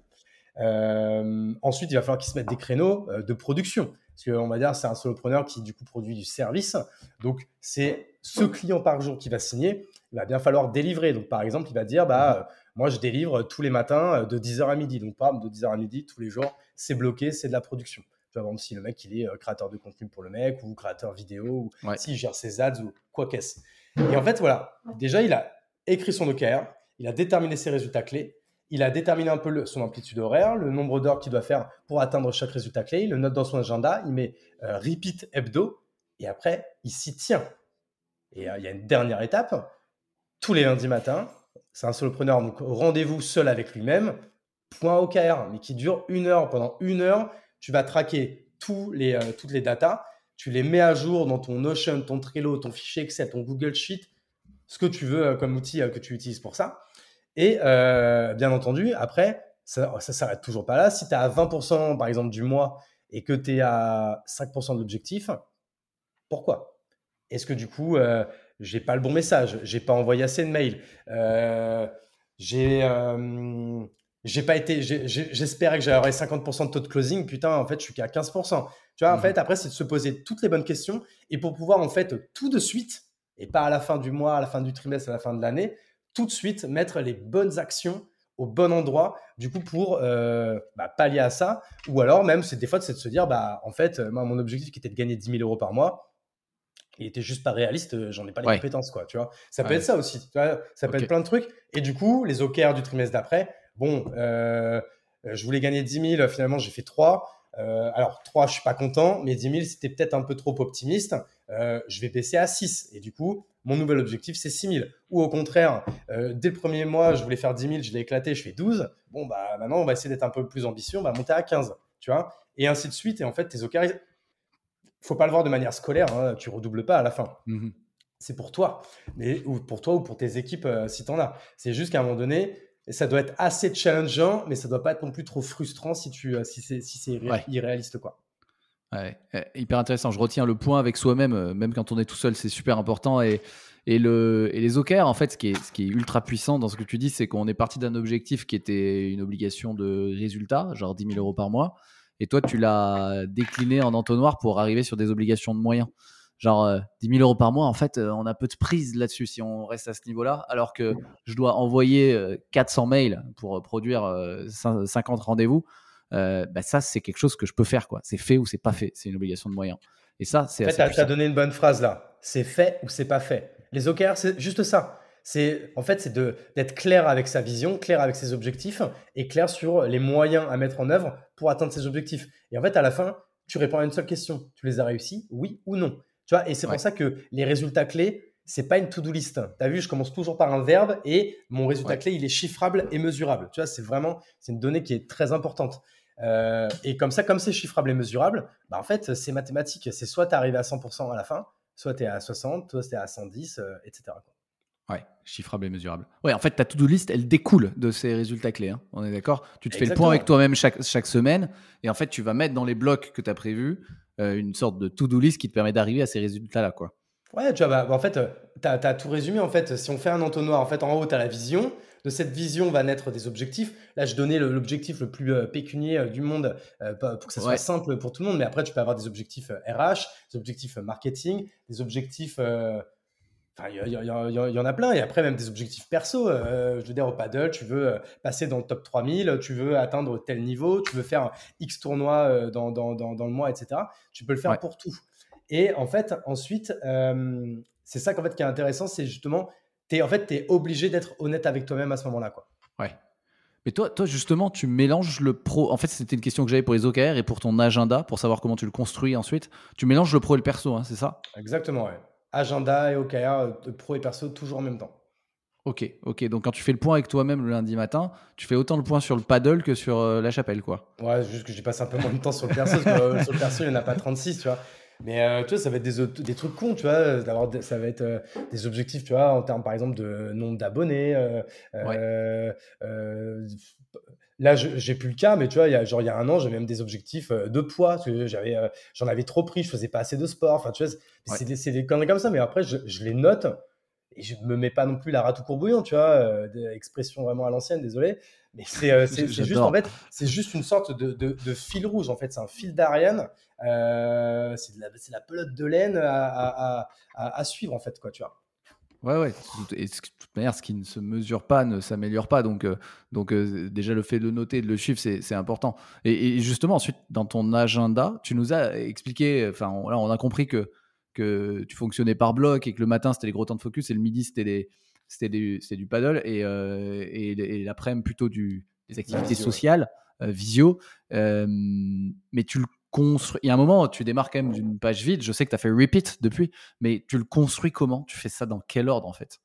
Euh, ensuite, il va falloir qu'il se mette des créneaux euh, de production. Parce qu'on va dire c'est un solopreneur qui du coup produit du service. Donc c'est ce client par jour qui va signer. Il va bien falloir délivrer. Donc par exemple, il va dire bah Mhm. euh, moi je délivre tous les matins euh, de dix heures à midi. Donc par exemple de dix heures à midi tous les jours, c'est bloqué, c'est de la production. Tu vois, par exemple, si le mec, il est euh, créateur de contenu pour le mec ou créateur vidéo, ou Ouais. s'il gère ses ads ou quoi qu'est-ce. Et en fait, voilà, déjà, il a écrit son O K R, il a déterminé ses résultats clés, il a déterminé un peu le, son amplitude horaire, le nombre d'heures qu'il doit faire pour atteindre chaque résultat clé, il le note dans son agenda, il met euh, repeat hebdo, et après, il s'y tient. Et euh, il y a une dernière étape, tous les lundis matins, c'est un solopreneur, donc rendez-vous seul avec lui-même, point O K R, mais qui dure une heure. Pendant une heure, tu vas traquer tous les, euh, toutes les datas, tu les mets à jour dans ton Notion, ton Trello, ton fichier Excel, ton Google Sheet, ce que tu veux euh, comme outil euh, que tu utilises pour ça. Et euh, bien entendu, après, ça ne s'arrête toujours pas là. Si tu es à vingt pour cent, par exemple, du mois et que tu es à cinq pour cent de l'objectif, pourquoi? Est-ce que du coup, euh, j'ai pas le bon message, j'ai pas envoyé assez de mails, euh, j'ai euh, j'ai pas été, j'ai- j'ai- j'espérais que j'aurais cinquante pour cent de taux de closing, putain, en fait, je suis qu'à quinze pour cent. Tu vois, en Mhm. fait, après, c'est de se poser toutes les bonnes questions et pour pouvoir, en fait, tout de suite, et pas à la fin du mois, à la fin du trimestre, à la fin de l'année, tout de suite mettre les bonnes actions au bon endroit, du coup, pour euh, bah, pallier à ça. Ou alors, même, c'est des fois, c'est de se dire, bah, en fait, moi, mon objectif qui était de gagner dix mille euros par mois, il était juste pas réaliste, euh, j'en ai pas les Ouais. compétences, quoi, tu vois. Ça peut être Ouais. ça aussi, tu vois, ça peut Ok. être plein de trucs. Et du coup, les O K R du trimestre d'après, bon, euh, je voulais gagner dix mille, finalement, j'ai fait trois. Euh, alors, trois, je suis pas content, mais dix mille, c'était peut-être un peu trop optimiste. Euh, je vais baisser à six. Et du coup, mon nouvel objectif, c'est six mille. Ou au contraire, euh, dès le premier mois, je voulais faire dix mille, je l'ai éclaté, je fais douze. Bon, bah maintenant, on va essayer d'être un peu plus ambitieux, on va monter à quinze, tu vois. Et ainsi de suite. Et en fait, tes O K R, faut pas le voir de manière scolaire, hein, tu redoubles pas à la fin. Mhm. C'est pour toi, mais, ou pour toi ou pour tes équipes euh, si tu en as. C'est juste qu'à un moment donné, ça doit être assez challengeant, mais ça doit pas être non plus trop frustrant si, tu, euh, si c'est si c'est irré- Ouais. irréaliste, quoi. Ouais, euh, hyper intéressant. Je retiens le point avec soi-même, euh, même quand on est tout seul, c'est super important. Et, et, le, et les O K R, en fait, ce qui, est, ce qui est ultra puissant dans ce que tu dis, c'est qu'on est parti d'un objectif qui était une obligation de résultat, genre dix mille euros par mois. Et toi, tu l'as décliné en entonnoir pour arriver sur des obligations de moyens. Genre euh, dix mille euros par mois, en fait, euh, on a peu de prise là-dessus si on reste à ce niveau-là. Alors que je dois envoyer euh, quatre cents mails pour euh, produire euh, cinquante rendez-vous. Euh, bah ça, c'est quelque chose que je peux faire, quoi. C'est fait ou c'est pas fait. C'est une obligation de moyens. Et ça, En c'est fait, assez tu as puissant. donné une bonne phrase là. C'est fait ou c'est pas fait. Les O K R, c'est juste ça. C'est en fait, c'est de d'être clair avec sa vision, clair avec ses objectifs et clair sur les moyens à mettre en œuvre pour atteindre ses objectifs. Et en fait, à la fin, tu réponds à une seule question. Tu les as réussis, oui ou non. Tu vois, et c'est pour Ouais. ça que les résultats clés, c'est pas une to-do list. Tu as vu, je commence toujours par un verbe et mon résultat Ouais. clé, il est chiffrable et mesurable. Tu vois, c'est vraiment, c'est une donnée qui est très importante. Euh, et comme ça, comme c'est chiffrable et mesurable, bah en fait, c'est mathématique. C'est soit tu arrives à cent pour cent à la fin, soit tu es à soixante, soit tu es à cent dix, euh, et cetera. Ouais, chiffrable et mesurable. Ouais, en fait, ta to-do list, elle découle de ces résultats clés. Hein. On est d'accord? Tu te fais le point avec Exactement. toi-même chaque, chaque semaine. Et en fait, tu vas mettre dans les blocs que tu as prévus euh, une sorte de to-do list qui te permet d'arriver à ces résultats-là, quoi. Ouais, tu vois, bah, bah, en fait, tu as, tout résumé. En fait, si on fait un entonnoir, en fait, en haut, tu as la vision. De cette vision va naître des objectifs. Là, je donnais le- l'objectif le plus euh, pécunier euh, du monde euh, pas- pour que ça soit Ouais, simple pour tout le monde. Mais après, tu peux avoir des objectifs euh, R H, des objectifs euh, marketing, des objectifs euh, enfin, il y, y- y- y en a plein. Et après, même des objectifs perso. Euh, je veux dire, au paddle, tu veux euh, passer dans le top trois mille, tu veux atteindre tel niveau, tu veux faire X tournois euh, dans, dans, dans, dans le mois, et cetera. Tu peux le faire ouais, pour tout. Et en fait, ensuite, euh, c'est ça qu'en fait, qui est intéressant, c'est justement, t'es, en fait, tu es obligé d'être honnête avec toi-même à ce moment-là, quoi. ouais. Mais toi, toi, justement, tu mélanges le pro. En fait, c'était une question que j'avais pour les O K R et pour ton agenda, pour savoir comment tu le construis ensuite. Tu mélanges le pro et le perso, hein, c'est ça? Exactement, ouais. Agenda et O K R, euh, pro et perso, toujours en même temps. Ok, ok. Donc, quand tu fais le point avec toi-même le lundi matin, tu fais autant le point sur le paddle que sur euh, la chapelle, quoi. Ouais, juste que j'y passe un peu moins de temps sur le perso, parce que euh, sur le perso, il n'y en a pas trente-six, tu vois. Mais euh, tu vois, ça va être des, auto- des trucs cons, tu vois. D'avoir des- ça va être euh, des objectifs, tu vois, en termes, par exemple, de nombre d'abonnés. euh, Ouais, euh, euh, là, je- j'ai plus le cas, mais tu vois, il y a, genre, il y a un an, j'avais même des objectifs euh, de poids, parce que j'avais, euh, j'en avais trop pris, je faisais pas assez de sport. Enfin, tu vois, c'est ouais. c'est des, c'est des conneries comme ça, mais après, je, je les note et je me mets pas non plus la rate au courbouillon, tu vois. Euh, des- expression vraiment à l'ancienne, désolé. Mais c'est euh, c'est- c'est juste, en J'adore. fait, c'est juste une sorte de, de- de fil rouge, en fait. C'est un fil d'Ariane. Euh, c'est de la, c'est la pelote de laine à, à- à- à- à suivre, en fait, quoi, tu vois. Ouais, ouais. Tout- Et de toute manière, ce qui ne se mesure pas ne s'améliore pas. Donc, euh, donc euh, déjà, le fait de le noter, de le suivre, c'est c'est important. Et, et justement, ensuite, dans ton agenda, tu nous as expliqué, enfin, on, là, on a compris que, que tu fonctionnais par bloc et que le matin, c'était les gros temps de focus et le midi, c'était des- c'était des- c'était du paddle et, euh, et, et l'après-midi, plutôt du, des La activités visio, ouais. sociales, euh, visio. Euh, mais tu le construis. Il y a un moment, tu démarres quand même d'une page vide. Je sais que tu as fait repeat depuis. Mais tu le construis comment? Tu fais ça dans quel ordre en fait?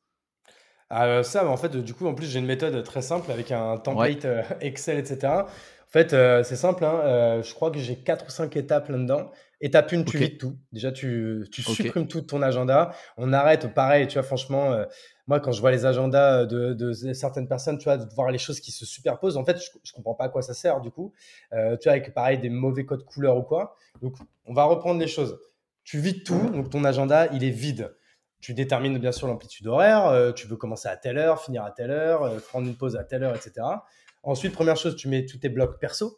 Ah, euh, ça, bah, en fait, du coup, en plus, j'ai une méthode très simple avec un Ouais, template euh, Excel, et cetera. En fait, euh, c'est simple, hein, euh, je crois que j'ai quatre ou cinq étapes là-dedans. Étape un, tu ok, vides tout. Déjà, tu, tu ok, supprimes tout de ton agenda. On arrête, pareil, tu vois, franchement, euh, moi, quand je vois les agendas de, de certaines personnes, tu vois, de voir les choses qui se superposent, en fait, je, je comprends pas à quoi ça sert, du coup. Euh, tu vois, avec, pareil, des mauvais codes couleurs ou quoi. Donc, on va reprendre les choses. Tu vides tout, donc ton agenda, il est vide. Tu détermines bien sûr l'amplitude horaire, euh, tu veux commencer à telle heure, finir à telle heure, euh, prendre une pause à telle heure, et cetera. Ensuite, première chose, tu mets tous tes blocs perso.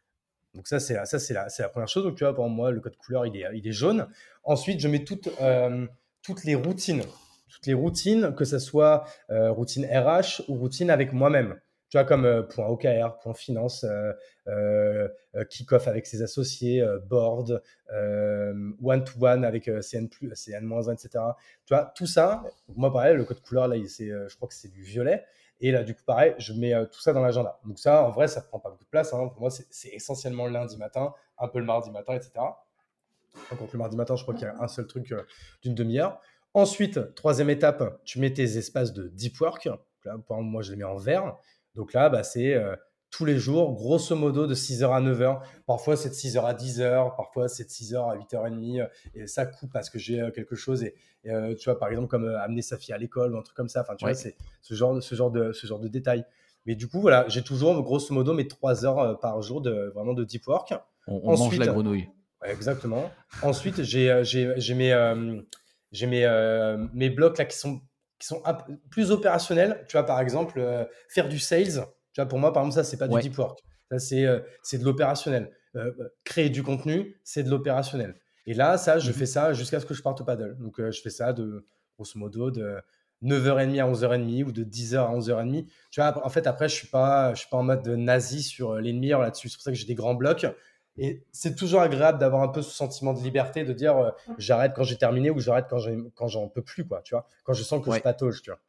Donc ça, c'est la, ça, c'est la, c'est la première chose. Donc tu vois, pour moi, le code couleur, il est, il est jaune. Ensuite, je mets toutes, euh, toutes les routines. Toutes les routines, que ce soit euh, routine R H ou routine avec moi-même. Tu vois, comme euh, point O K R, point finance, euh, euh, euh, kick-off avec ses associés, euh, board, euh, one-to-one avec euh, C N plus, C N moins un, et cetera. Tu vois, tout ça, moi pareil, le code couleur, là, il- c'est, euh, je crois que c'est du violet. Et là, du coup, pareil, je mets euh, tout ça dans l'agenda. Donc ça, en vrai, ça ne prend pas beaucoup de place, hein. Pour moi, c'est c'est essentiellement le lundi matin, un peu le mardi matin, et cetera. Donc le mardi matin, je crois qu'il y a un seul truc euh, d'une demi-heure. Ensuite, troisième étape, tu mets tes espaces de deep work. Là, par exemple, moi, je les mets en vert. Donc là, bah, c'est euh, tous les jours, grosso modo, de six heures à neuf heures. Parfois, c'est de six heures à dix heures. Parfois, c'est de six heures à huit heures trente. Et ça coupe parce que j'ai euh, quelque chose. Et, et, euh, tu vois, par exemple, comme euh, amener sa fille à l'école ou un truc comme ça. Enfin, tu vois, ouais. c'est ce genre, ce genre, de, ce genre de détails. Mais du coup, voilà, j'ai toujours, grosso modo, mes trois heures euh, par jour de, vraiment de deep work. On, on mange la Ensuite, grenouille. ouais, exactement. Ensuite, j'ai euh, j'ai j'ai mes euh, j'ai mes euh, mes blocs là qui sont qui sont un peu plus opérationnels. Tu vois, par exemple, euh, faire du sales. Tu vois, pour moi, par exemple, ça c'est pas du Ouais. deep work. Ça c'est euh, c'est de l'opérationnel. Euh, créer du contenu, c'est de l'opérationnel. Et là, ça, je Mhm. fais ça jusqu'à ce que je parte au paddle. Donc, euh, je fais ça de grosso modo de neuf heures trente à onze heures trente ou de dix heures à onze heures trente. Tu vois, en fait, après, je suis pas je suis pas en mode nazi sur euh, les demi-heures là-dessus. C'est pour ça que j'ai des grands blocs. Et c'est toujours agréable d'avoir un peu ce sentiment de liberté, de dire euh, j'arrête quand j'ai terminé ou j'arrête quand, j'ai- quand j'en peux plus, quoi, tu vois, quand je sens que je Ouais. patauge, tu vois.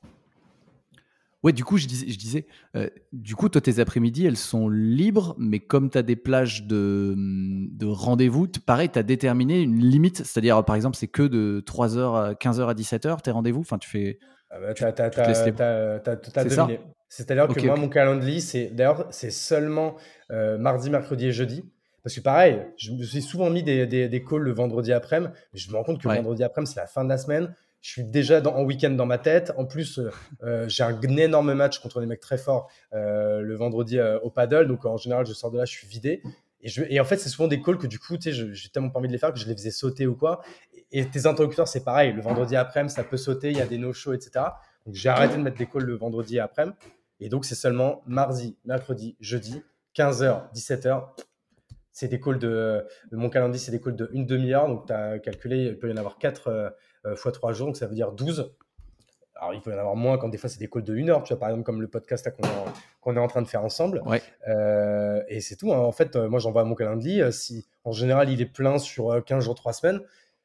Ouais, du coup, je disais, je disais euh, du coup, toi, tes après-midi, elles sont libres, mais comme tu as des plages de, de rendez-vous, t- pareil, tu as déterminé une limite, c'est-à-dire, par exemple, c'est que de trois heures à quinze heures à dix-sept heures, tes rendez-vous, enfin, tu fais, Ah bah, tu, t'as, t'as, tu te laisses t'as, les... t'as, t'as, t'as C'est deviné. ça? C'est-à-dire que Ok, moi, ok. mon calendrier, c'est d'ailleurs, c'est seulement euh, mardi, mercredi et jeudi. Parce que pareil, je me suis souvent mis des, des, des calls le vendredi après-midi, mais je me rends compte que le Ouais. vendredi après-midi, c'est la fin de la semaine. Je suis déjà dans, en week-end dans ma tête. En plus, euh, euh, j'ai un énorme match contre des mecs très forts euh, le vendredi euh, au paddle. Donc, en général, je sors de là, je suis vidé. Et, je, et en fait, c'est souvent des calls que du coup, tu sais, je- j'ai tellement pas envie de les faire que je les faisais sauter ou quoi. Et, et tes interlocuteurs, c'est pareil. Le vendredi après-midi, ça peut sauter, il y a des no-shows, et cetera. Donc j'ai arrêté de mettre des calls le vendredi après-midi. Et donc c'est seulement mardi, mercredi, jeudi, quinze heures, dix-sept heures. C'est des calls de, de mon calendrier, c'est des calls de une demi-heure. Donc tu as calculé, il peut y en avoir quatre euh, euh, fois trois jours, donc ça veut dire douze. Alors il peut y en avoir moins quand des fois c'est des calls de une heure, tu vois, par exemple comme le podcast là, qu'on, est en, qu'on est en train de faire ensemble. Ouais. Euh, et c'est tout, hein. En fait, euh, moi j'envoie mon calendrier. Euh, si en général il est plein sur euh, quinze jours, trois semaines,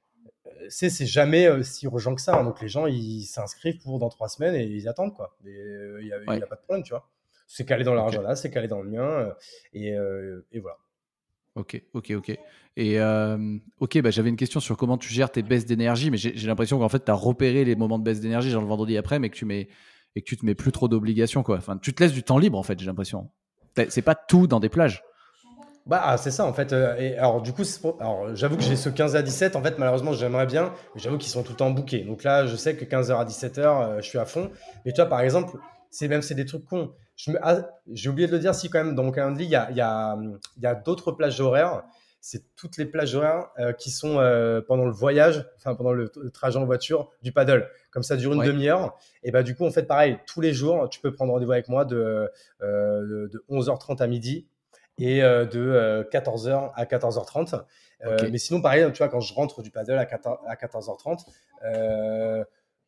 c'est c'est jamais euh, si urgent que ça, hein. Donc les gens ils s'inscrivent pour dans trois semaines et ils attendent quoi. Il n'y a, y Ouais. a pas de problème, tu vois. C'est calé dans leur Ok. agenda, c'est calé dans le mien euh, et, euh, et voilà. Ok, ok, ok. Et euh, ok, bah, j'avais une question sur comment tu gères tes baisses d'énergie, mais j'ai j'ai l'impression qu'en fait, tu as repéré les moments de baisse d'énergie, genre le vendredi après, mais que tu mets et que tu te mets plus trop d'obligations, quoi. Enfin, tu te laisses du temps libre, en fait, j'ai l'impression. T'as- C'est pas tout dans des plages. Bah ah, c'est ça en fait. euh, et alors du coup, c'est pour- alors j'avoue que j'ai ce quinze à dix-sept. En fait, malheureusement, j'aimerais bien, mais j'avoue qu'ils sont tout le temps bookés. Donc là, je sais que quinze heures à dix-sept heures, euh, je suis à fond. Mais tu vois, par exemple, c'est même c'est des trucs cons. Je me, ah, j'ai oublié de le dire, si quand même dans mon calendrier, il y a, il y a, hum, il y a d'autres plages horaires. C'est toutes les plages horaires euh, qui sont euh, pendant le voyage, enfin pendant le, le trajet en voiture du paddle. Comme ça dure une Ouais. demi-heure. Et bah du coup, en fait, pareil, tous les jours, tu peux prendre rendez-vous avec moi de, euh, de, de onze heures trente à midi et euh, de euh, quatorze heures à quatorze heures trente. Ok. Euh, mais sinon, pareil, tu vois, quand je rentre du paddle à quatorze, à quatorze heures trente, euh,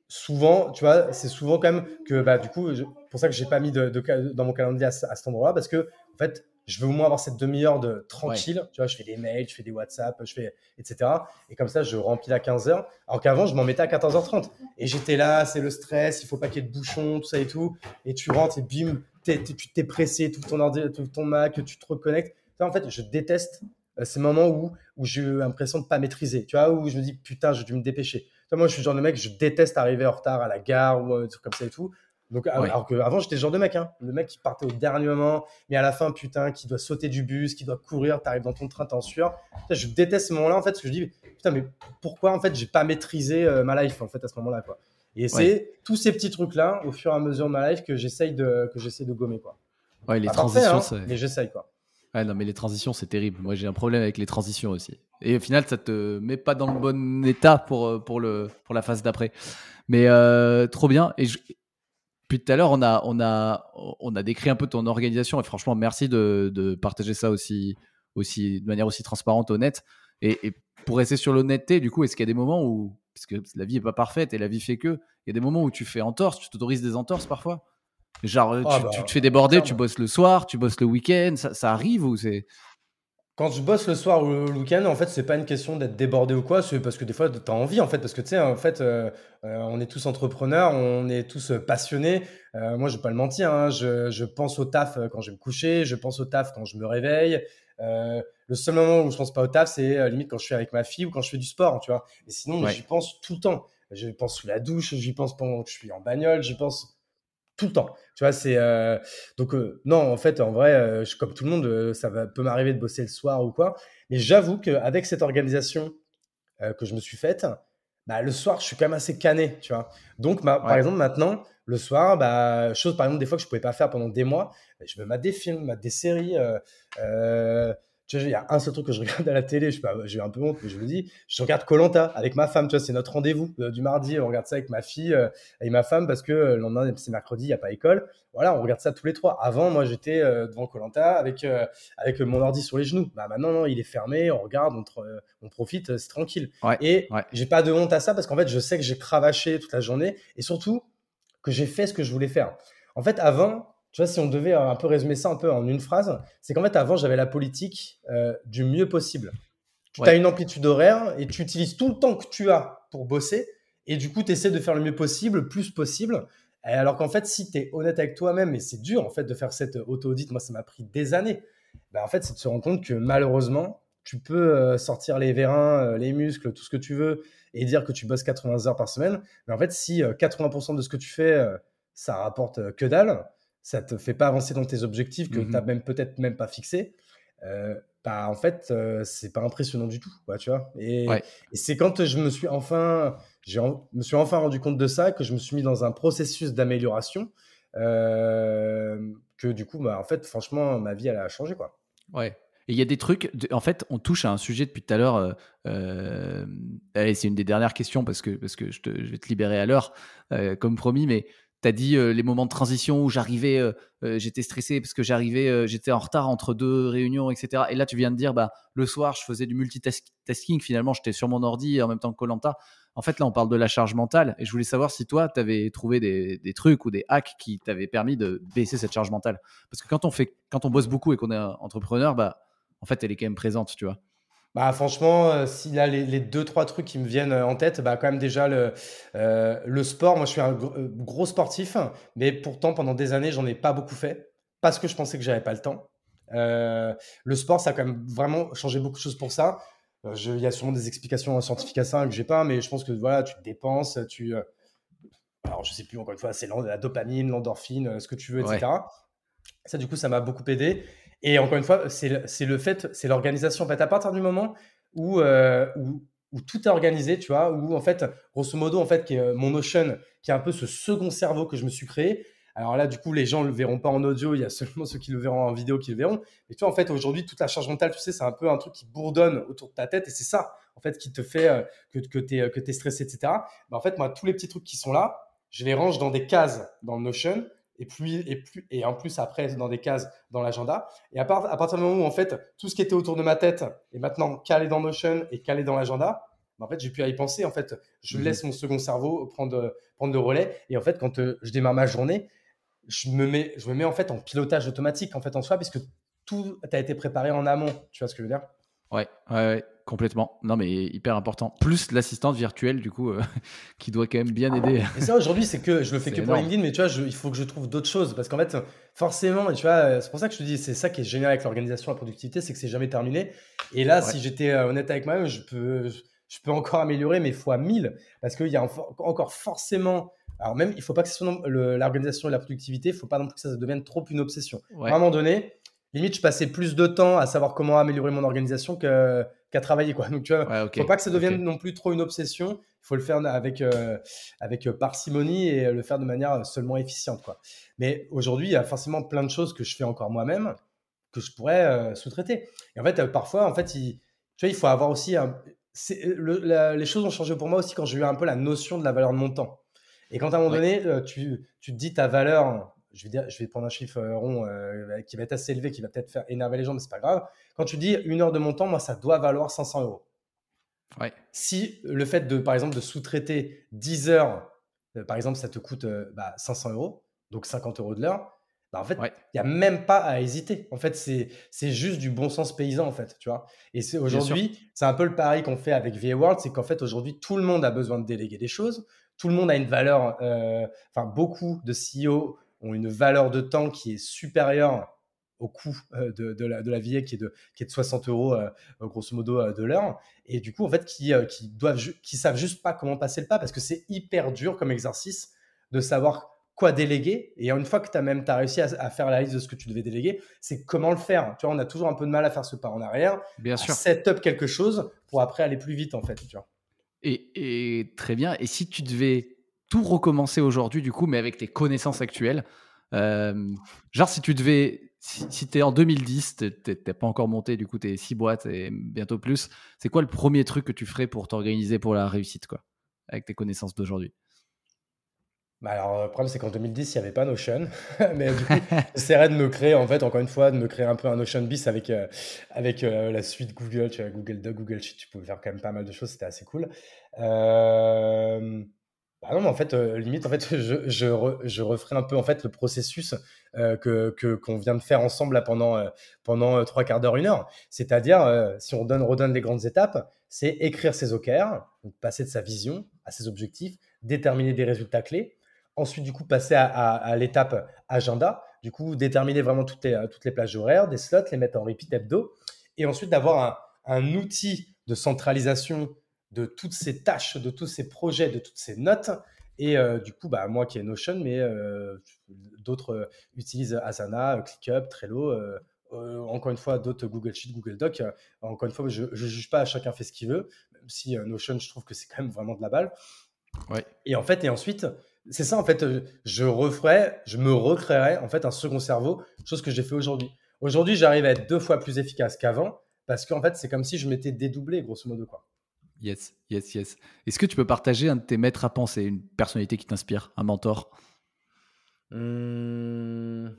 souvent, tu vois, c'est souvent quand même que, bah, du coup, je- pour ça que j'ai pas mis de, de dans mon calendrier à, ce- à cet endroit-là, parce que, en fait, je veux au moins avoir cette demi-heure de Ouais. tranquille. Tu vois, je fais des mails, je fais des WhatsApp, je fais, et cetera. Et comme ça, je remplis à quinze heures. Alors qu'avant, je m'en mettais à quatorze heures trente. Et j'étais là, c'est le stress, il faut pas qu'il y ait de bouchons, tout ça et tout. Et tu rentres et bim, t'es, t'es- tu t'es pressé, tout ton ordi, tout ton Mac, tu te reconnectes. Tu vois, en fait, je déteste euh, ces moments où, où j'ai eu l'impression de pas maîtriser. Tu vois, où je me dis, putain, j'ai dû me dépêcher. Tu vois, moi, je suis le genre de mec, je déteste arriver en retard à la gare ou un truc comme ça et tout. Donc, Ouais. alors qu'avant, j'étais ce genre de mec, hein. Le mec qui partait au dernier moment, mais à la fin, putain, qui doit sauter du bus, qui doit courir, t'arrives dans ton train, t'es en sueur. Putain, je déteste ce moment-là, en fait, parce que je dis, putain, mais pourquoi, en fait, j'ai pas maîtrisé euh, ma life, en fait, à ce moment-là, quoi. Et Ouais. c'est tous ces petits trucs-là, au fur et à mesure de ma life, que j'essaye de, que j'essaye de gommer, quoi. Ouais, les Pas parfait, transitions, hein, c'est. mais j'essaye, quoi. Ouais, non, mais les transitions, c'est terrible. Moi, j'ai un problème avec les transitions aussi. Et au final, ça te met pas dans le bon état pour, euh, pour, le, pour la phase d'après. Mais euh, trop bien. Et je- depuis tout à l'heure, on a, on, a, on a décrit un peu ton organisation. Et franchement, merci de, de partager ça aussi, aussi, de manière aussi transparente, honnête. Et, et pour rester sur l'honnêteté, du coup, est-ce qu'il y a des moments où, parce que la vie est pas parfaite et la vie fait que, il y a des moments où tu fais entorse, tu t'autorises des entorses parfois? Genre, euh, Ah, tu, tu te fais bah, déborder, tu clairement. bosses le soir, tu bosses le week-end, ça, ça arrive ou c'est. Quand je bosse le soir ou le week-end, en fait, c'est pas une question d'être débordé ou quoi, c'est parce que des fois, tu as envie, en fait, parce que tu sais, en fait, euh, euh, on est tous entrepreneurs, on est tous euh, passionnés. Euh, moi, je vais pas le mentir, hein, je, je pense au taf euh, quand je vais me coucher, je pense au taf quand je me réveille. Euh, le seul moment où je pense pas au taf, c'est euh, limite quand je suis avec ma fille ou quand je fais du sport, tu vois. Et sinon, mais Ouais. j'y pense tout le temps. Je pense sous la douche, j'y pense pendant que je suis en bagnole, j'y pense tout le temps. Tu vois, c'est euh, donc euh, non, en fait, en vrai, euh, je, comme tout le monde, euh, ça va, peut m'arriver de bosser le soir ou quoi. Mais j'avoue qu'avec cette organisation euh, que je me suis faite, bah, le soir, je suis quand même assez cané, tu vois. Donc, ma- par Ouais. exemple, maintenant, le soir, bah, chose par exemple des fois que je pouvais pas faire pendant des mois, bah, je me mate des films, mate des séries. Euh, euh, tu vois, il y a un seul truc que je regarde à la télé, je sais pas, j'ai un peu honte, mais je le dis, je regarde koh avec ma femme, tu vois, c'est notre rendez-vous euh, du mardi, on regarde ça avec ma fille euh, et ma femme parce que euh, le lendemain, c'est mercredi, il n'y a pas école. Voilà, on regarde ça tous les trois. Avant, moi, j'étais euh, devant koh avec, euh, avec mon ordi sur les genoux. Bah, maintenant, non, il est fermé, on regarde, on, tra- on profite, euh, c'est tranquille. Ouais. Et Ouais. j'ai pas de honte à ça parce qu'en fait, je sais que j'ai cravaché toute la journée et surtout que j'ai fait ce que je voulais faire. En fait, avant, tu vois, si on devait un peu résumer ça un peu en une phrase, c'est qu'en fait, avant, j'avais la politique euh, du mieux possible. Tu as Ouais. une amplitude horaire et tu utilises tout le temps que tu as pour bosser et du coup, tu essaies de faire le mieux possible, le plus possible. Et alors qu'en fait, si tu es honnête avec toi-même, et c'est dur en fait de faire cette auto-audit, moi ça m'a pris des années, ben, en fait, c'est de se rendre compte que malheureusement, tu peux euh, sortir les vérins, euh, les muscles, tout ce que tu veux, et dire que tu bosses quatre-vingts heures par semaine. Mais en fait, si euh, quatre-vingts pour cent de ce que tu fais, euh, ça rapporte euh, que dalle, ça te fait pas avancer dans tes objectifs que tu n'as Mhm. même peut-être même pas fixés, euh, bah, en fait, euh, c'est pas impressionnant du tout, quoi, tu vois. Et, Ouais. et c'est quand je me suis enfin, j'ai en- me suis enfin rendu compte de ça que je me suis mis dans un processus d'amélioration euh, que du coup, bah, en fait, franchement, ma vie, elle a changé, quoi. Ouais. Et il y a des trucs, de- en fait, on touche à un sujet depuis tout à l'heure. euh, euh, allez, c'est une des dernières questions parce que, parce que je, te- je vais te libérer à l'heure, euh, comme promis, mais tu as dit euh, les moments de transition où j'arrivais, euh, euh, j'étais stressé parce que j'arrivais, euh, j'étais en retard entre deux réunions, et cetera. Et là, tu viens de dire, bah, le soir, je faisais du multitasking, finalement, j'étais sur mon ordi en même temps que koh. En fait, là, on parle de la charge mentale et je voulais savoir si toi, tu avais trouvé des, des trucs ou des hacks qui t'avaient permis de baisser cette charge mentale. Parce que quand on, fait, quand on bosse beaucoup et qu'on est un entrepreneur, bah, en fait, elle est quand même présente, tu vois. Bah, franchement, euh, si là, les, les deux, trois trucs qui me viennent euh, en tête, bah, quand même déjà le, euh, le sport. Moi, je suis un gros, euh, gros sportif, mais pourtant, pendant des années, j'en ai pas beaucoup fait parce que je pensais que j'avais pas le temps. Euh, le sport, ça a quand même vraiment changé beaucoup de choses pour ça. Euh, je- Il y a sûrement des explications scientifiques à ça que j'ai pas, mais je pense que voilà, tu te dépenses, tu, euh, alors je sais plus encore une fois, c'est l'en- la dopamine, l'endorphine, euh, ce que tu veux, Ouais, et cetera. Ça, du coup, ça m'a beaucoup aidé. Et encore une fois, c'est le, c'est le fait, c'est l'organisation. En fait, à partir du moment où, euh, où, où tout est organisé, tu vois, où en fait, grosso modo, en fait, qui est euh, mon Notion, qui est un peu ce second cerveau que je me suis créé. Alors là, du coup, les gens ne le verront pas en audio, il y a seulement ceux qui le verront en vidéo qui le verront. Mais tu vois, en fait, aujourd'hui, toute la charge mentale, tu sais, c'est un peu un truc qui bourdonne autour de ta tête et c'est ça, en fait, qui te fait euh, que, que tu es, que t'es stressé, et cetera. Mais en fait, moi, tous les petits trucs qui sont là, je les range dans des cases dans le Notion et puis et plus et en plus après dans des cases dans l'agenda. Et à, part, à partir du moment où en fait tout ce qui était autour de ma tête est maintenant calé dans Notion et calé dans l'agenda, Mais en fait, j'ai pu à y penser. En fait, je Mhm. laisse mon second cerveau prendre, prendre le relais. Et en fait, quand euh, je démarre ma journée, je me mets, je me mets en fait en pilotage automatique en fait en soi, puisque tout a été préparé en amont. Tu vois ce que je veux dire? Ouais, ouais, ouais, complètement. Non, mais hyper important. Plus l'assistante virtuelle, du coup, euh, qui doit quand même bien aider. Et ça, aujourd'hui, c'est que je le fais C'est que pour énorme. LinkedIn, mais tu vois, je- il faut que je trouve d'autres choses. Parce qu'en fait, forcément, et tu vois, euh, c'est pour ça que je te dis, c'est ça qui est génial avec l'organisation, la productivité, c'est que c'est jamais terminé. Et là, Ouais, si j'étais euh, honnête avec moi-même, je peux, je peux encore améliorer, mais fois mille. Parce qu'il y a enfor- encore forcément. Alors, même, il faut pas que ce soit non- le- l'organisation et la productivité, il faut pas non plus que ça devienne trop une obsession. À ouais, un moment donné, limite, je passais plus de temps à savoir comment améliorer mon organisation que- qu'à travailler, quoi. Donc, tu vois, ouais, ok, faut pas que ça ok. devienne non plus trop une obsession. Il faut le faire avec. euh, avec euh, parcimonie et le faire de manière euh, seulement efficiente, quoi. Mais aujourd'hui, il y a forcément plein de choses que je fais encore moi-même que je pourrais euh, sous-traiter. Et en fait, euh, parfois, en fait, il, tu vois, il faut avoir aussi un, c'est- le- la- les choses ont changé pour moi aussi quand j'ai eu un peu la notion de la valeur de mon temps. Et quand à un moment Ouais, donné, euh, tu, tu te dis ta valeur, je vais dire, je vais prendre un chiffre euh, rond euh, qui va être assez élevé, qui va peut-être faire énerver les gens, mais c'est pas grave. Quand tu dis une heure de mon temps, moi, ça doit valoir cinq cents euros. ouais, Si le fait de, par exemple, de sous-traiter dix heures, euh, par exemple, ça te coûte euh, bah, cinq cents euros, donc cinquante euros de l'heure, bah, en fait, ouais, il n'y a même pas à hésiter. En fait, c'est, c'est juste du bon sens paysan, en fait, tu vois. Et c'est, bien sûr. aujourd'hui, c'est un peu le pari qu'on fait avec V A World, c'est qu'en fait, aujourd'hui, tout le monde a besoin de déléguer des choses. Tout le monde a une valeur, euh, enfin, beaucoup de C E O ont une valeur de temps qui est supérieure au coût euh, de, de, la, de la V A qui est de, qui est de soixante euros, euh, grosso modo, euh, de l'heure. Et du coup, en fait, qui, euh, qui, doivent ju- qui savent juste pas comment passer le pas parce que c'est hyper dur comme exercice de savoir quoi déléguer. Et une fois que tu as même t'as réussi à, à faire la liste de ce que tu devais déléguer, c'est comment le faire. Tu vois, on a toujours un peu de mal à faire ce pas en arrière, Bien à sûr. set up quelque chose pour après aller plus vite, en fait. Tu vois. Et, et très bien. Et si tu devais tout recommencer aujourd'hui, du coup, mais avec tes connaissances actuelles, euh, genre si tu devais, si, si tu es en deux mille dix, t'es t'es- t'es pas encore monté, du coup, tu es six boîtes et bientôt plus, c'est quoi le premier truc que tu ferais pour t'organiser pour la réussite, quoi, avec tes connaissances d'aujourd'hui? Bah alors, le problème, c'est qu'en deux mille dix, il n'y avait pas Notion. Mais du coup, j'essaierais de me créer, en fait, encore une fois, de me créer un peu un Notion bis avec, euh, avec euh, la suite Google, tu vois, Google Doc, Google Sheet. Tu pouvais faire quand même pas mal de choses, c'était assez cool. Euh, Bah non, mais en fait, euh, limite, en fait, je, je, re- je referai un peu, en fait, le processus euh, que, que, qu'on vient de faire ensemble là, pendant, euh, pendant euh, trois quarts d'heure, une heure. C'est-à-dire, euh, si on donne, redonne les grandes étapes, c'est écrire ses O K R, donc passer de sa vision à ses objectifs, déterminer des résultats clés. Ensuite, du coup, passer à, à- à l'étape agenda. Du coup, déterminer vraiment toutes les, toutes les plages horaires, des slots, les mettre en repeat hebdo. Et ensuite, d'avoir un, un outil de centralisation de toutes ces tâches, de tous ces projets, de toutes ces notes. Et euh, du coup, bah, moi qui ai Notion, mais euh, d'autres euh, utilisent Asana, ClickUp, Trello. Euh, euh, encore une fois, d'autres Google Sheet, Google Doc. Euh, encore une fois, je ne juge pas, chacun fait ce qu'il veut, même si euh, Notion, je trouve que c'est quand même vraiment de la balle. Ouais. Et en fait, et ensuite, c'est ça, en fait, euh, je referai, je me recréerai en fait un second cerveau, chose que j'ai fait aujourd'hui. Aujourd'hui, j'arrive à être deux fois plus efficace qu'avant parce qu'en fait, c'est comme si je m'étais dédoublé, grosso modo, quoi. Yes, yes, yes. Est-ce que tu peux partager un de tes maîtres à penser, une personnalité qui t'inspire, un mentor? Hum,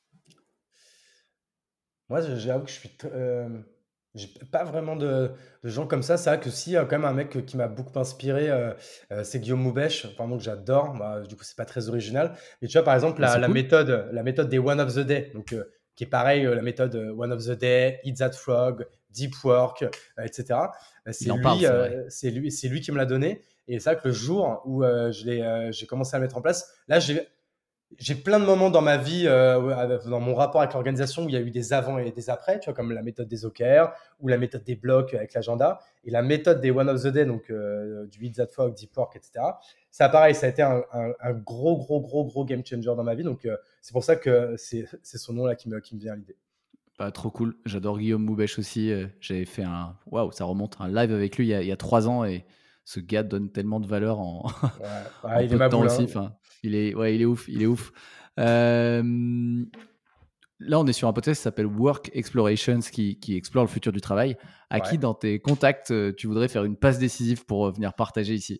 Moi, je- j'avoue que je suis. Tr- euh, j'ai pas vraiment de, de gens comme ça. C'est vrai que si, euh, quand même, un mec qui m'a beaucoup inspiré, euh, euh, c'est Guillaume Moubèche, vraiment que j'adore. Bah, du coup, c'est pas très original. Mais tu vois, par exemple, Bah, la, c'est la cool. méthode, la méthode des One of the Day, donc, euh, qui est pareil, euh, la méthode euh, One of the Day, Eat That Frog, Deep Work, euh, et cetera. Bah, Il c'est en parle, lui, c'est vrai. euh, c'est lui, c'est lui qui me l'a donné. Et c'est vrai que le jour où euh, je l'ai, euh, j'ai commencé à le mettre en place, là, j'ai j'ai plein de moments dans ma vie, euh, dans mon rapport avec l'organisation, où il y a eu des avant et des après, tu vois, comme la méthode des O K R ou la méthode des blocs avec l'agenda et la méthode des One of the Day, donc euh, du Eat That Frog, Deep Work, et cetera. Ça, pareil, ça a été un, un- un gros, gros, gros, gros game changer dans ma vie. Donc, euh, c'est pour ça que c'est c'est son nom là qui me, qui me vient à l'idée. Bah, trop cool. J'adore Guillaume Moubèche aussi. euh, J'avais fait un, waouh, ça remonte, un live avec lui il y a, il y a trois ans et ce gars donne tellement de valeur en, Ouais, ouais, en il est peu de ma temps boule, aussi. hein. Enfin, il est, ouais, il est ouf, il est ouf. Euh, Là, on est sur un podcast qui s'appelle Work Explorations, qui, qui explore le futur du travail. À qui Ouais. dans tes contacts euh, tu voudrais faire une passe décisive pour euh, venir partager ici?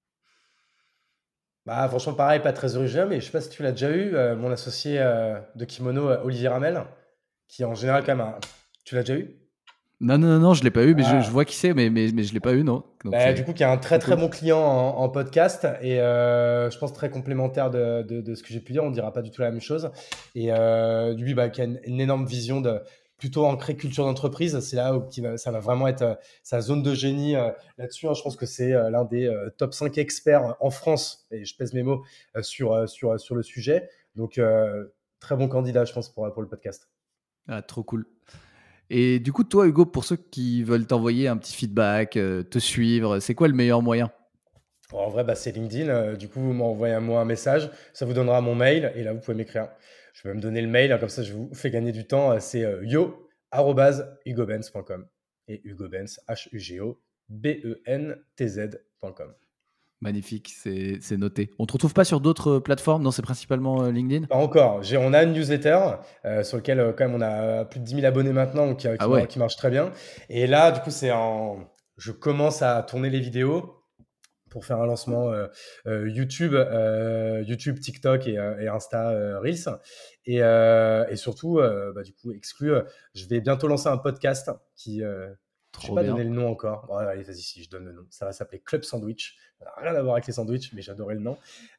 Bah, franchement, pareil, pas très original, mais je sais pas si tu l'as déjà eu, euh, mon associé euh, de kimono, euh, Olivier Ramel, qui en général, quand même, un- tu l'as déjà eu? Non, non, non, non, je l'ai pas eu, mais Ah. je, je vois qui c'est, mais, mais, mais je l'ai pas eu, non. Donc, Bah, c'est- du coup, qui est un très c'est très cool. bon client en, en podcast et euh, je pense très complémentaire de, de, de ce que j'ai pu dire. On dira pas du tout la même chose. Et euh, lui, bah, qui a une, une énorme vision de plutôt ancrée culture d'entreprise. C'est là où qui va, ça va vraiment être euh, sa zone de génie euh, là-dessus. Hein. Je pense que c'est euh, l'un des euh, top cinq experts en France, et je pèse mes mots, euh, sur, euh, sur, euh, sur le sujet. Donc, euh, très bon candidat, je pense, pour, pour le podcast. Ah, trop cool. Et du coup, toi, Hugo, pour ceux qui veulent t'envoyer un petit feedback, euh, te suivre, c'est quoi le meilleur moyen? Bon, en vrai, bah, c'est LinkedIn. Euh, du coup, vous m'envoyez moi un message. Ça vous donnera mon mail. Et là, vous pouvez m'écrire. Je vais me donner le mail. Hein, comme ça, je vous fais gagner du temps. Euh, C'est euh, yo arobase hugobenz point com. Et Hugo Benz, H U G O B E N T Z point com. Magnifique, c'est c'est noté. On te retrouve pas sur d'autres euh, plateformes? Non, c'est principalement euh, LinkedIn? Pas encore. J'ai, on a une newsletter euh, sur laquelle, euh, quand même, on a plus de dix mille abonnés maintenant, donc, euh, Ah qui, mar- ouais, qui marche très bien. Et là, du coup, c'est en. Je commence à tourner les vidéos pour faire un lancement euh, euh, YouTube, euh, YouTube, TikTok et, euh, et Insta euh, Reels. Et, euh, et surtout, euh, bah, du coup, exclu, euh, je vais bientôt lancer un podcast qui, euh, je vais trop pas bien. donner le nom encore. Bon, allez, vas-y, si je donne le nom. Ça va s'appeler Club Sandwich. Ça n'a rien à voir avec les sandwichs, mais j'adorais le nom.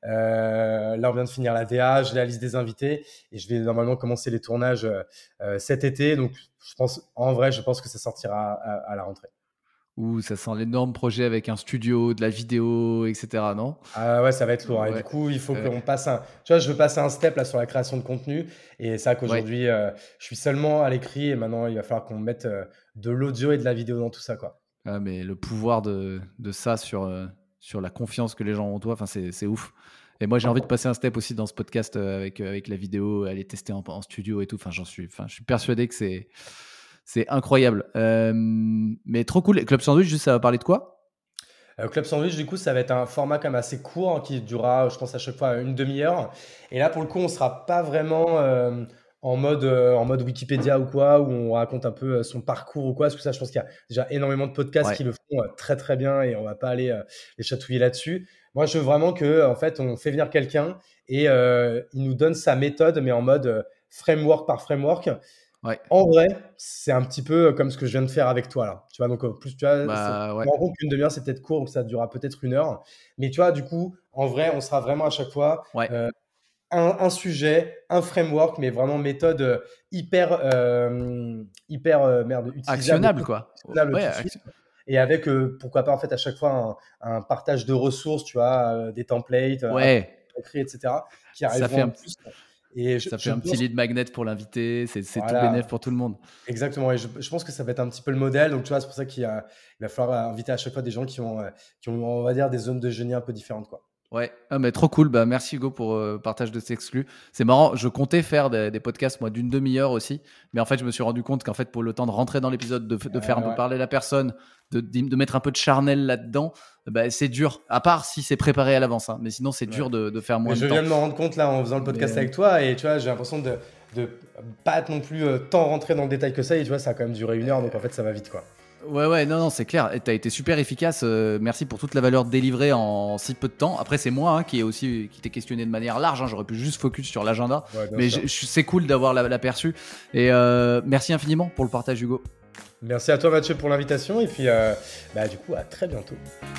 Euh, là, on vient de finir la D A, j'ai la liste des invités et je vais normalement commencer les tournages euh, euh, cet été. Donc, je pense, en vrai, je pense que ça sortira à, à la rentrée. Ouh, ça sent l'énorme projet avec un studio, de la vidéo, et cetera, non? Ah ouais, ça va être lourd. Hein. Et du Ouais, coup, il faut ouais, qu'on passe un. Tu vois, je veux passer un step là sur la création de contenu. Et c'est vrai ouais. qu'aujourd'hui, euh, je suis seulement à l'écrit et maintenant, il va falloir qu'on mette euh, de l'audio et de la vidéo dans tout ça, quoi. Ah, mais le pouvoir de, de ça sur, euh, sur la confiance que les gens ont en toi, enfin, c'est c'est ouf. Et moi, j'ai envie de passer un step aussi dans ce podcast euh, avec, euh, avec la vidéo, aller tester en, en studio et tout. Enfin, j'en suis, enfin, je suis persuadé que c'est c'est incroyable. Euh, mais trop cool. Et Club Sandwich, juste, ça va parler de quoi? Euh, Club Sandwich, du coup, ça va être un format quand même assez court hein, qui durera, je pense, à chaque fois une demi-heure. Et là, pour le coup, on sera pas vraiment euh, en mode, euh, en mode Wikipédia ou quoi, où on raconte un peu euh, son parcours ou quoi. Parce que ça, je pense qu'il y a déjà énormément de podcasts Ouais. qui le font euh, très très bien et on va pas aller euh, les chatouiller là-dessus. Moi, je veux vraiment que, en fait, on fait venir quelqu'un et euh, il nous donne sa méthode, mais en mode euh, framework par framework. Ouais. En vrai, c'est un petit peu comme ce que je viens de faire avec toi là. Tu vois, donc, en plus, tu vois, c'est- Bah je ouais. me rends compte qu'une demi-heure, c'est peut-être court, donc ça durera peut-être une heure. Mais tu vois, du coup, en vrai, on sera vraiment à chaque fois Ouais. euh, un, un sujet, un framework, mais vraiment méthode euh, hyper, euh, hyper euh, merde, utilisable, Actionnable, quoi. utilisable Ouais, tout de suite. action- Et avec, euh, pourquoi pas, en fait, à chaque fois, un, un partage de ressources, tu vois, euh, des templates, euh, un peu ouais. écrits, et cetera, qui Ça arriveront fait en un, plus. Et je, ça fait je un petit pense, lead magnet pour l'invité. C'est c'est tout bénef voilà, pour tout le monde. exactement, et je, je pense que ça va être un petit peu le modèle. Donc, tu vois, c'est pour ça qu'il y a- il va falloir inviter à chaque fois des gens qui ont, euh, qui ont, on va dire, des zones de génie un peu différentes, quoi. Ouais, ah, mais trop cool. Bah, merci Hugo pour le partage de cet exclu. C'est marrant, je comptais faire des, des podcasts moi d'une demi-heure aussi, mais en fait je me suis rendu compte qu'en fait pour le temps de rentrer dans l'épisode, de, de faire un Euh, peu ouais. parler la personne, de, de mettre un peu de charnel là-dedans, bah, c'est dur. À part si c'est préparé à l'avance, hein. Mais sinon c'est Ouais. dur de, de faire Mais moins de je viens temps. de me rendre compte là en faisant le Mais podcast euh, avec toi, et tu vois, j'ai l'impression de, de pas être non plus euh, tant rentré dans le détail que ça. Et tu vois, ça a quand même duré une heure, donc en fait, ça va vite, quoi. ouais, ouais, non, non, c'est clair. Tu as été super efficace. Euh, merci pour toute la valeur délivrée en si peu de temps. Après, c'est moi hein, qui ai aussi qui t'ai questionné de manière large. Hein. J'aurais pu juste focus sur l'agenda, Ouais, bien mais sûr. je- je- c'est cool d'avoir la- l'aperçu. Et euh, merci infiniment pour le partage, Hugo. Merci à toi, Mathieu, pour l'invitation, et puis, euh, bah, du coup, à très bientôt.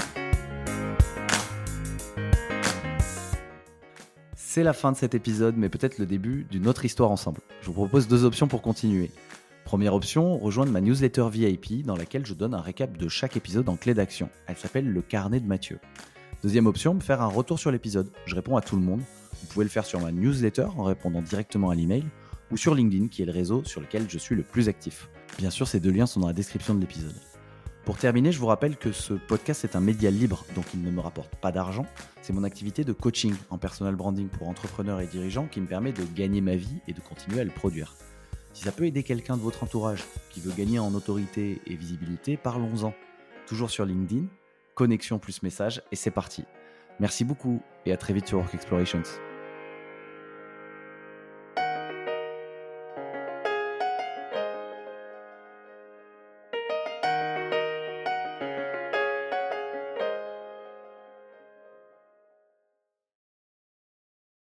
C'est la fin de cet épisode, mais peut-être le début d'une autre histoire ensemble. Je vous propose deux options pour continuer. Première option, rejoindre ma newsletter V I P dans laquelle je donne un récap de chaque épisode en clé d'action. Elle s'appelle Le Carnet de Mathieu. Deuxième option, me faire un retour sur l'épisode. Je réponds à tout le monde. Vous pouvez le faire sur ma newsletter en répondant directement à l'email ou sur LinkedIn qui est le réseau sur lequel je suis le plus actif. Bien sûr, ces deux liens sont dans la description de l'épisode. Pour terminer, je vous rappelle que ce podcast est un média libre, donc il ne me rapporte pas d'argent. C'est mon activité de coaching en personal branding pour entrepreneurs et dirigeants qui me permet de gagner ma vie et de continuer à le produire. Si ça peut aider quelqu'un de votre entourage qui veut gagner en autorité et visibilité, parlons-en. Toujours sur LinkedIn, connexion plus message, et c'est parti. Merci beaucoup et à très vite sur Work Explorations.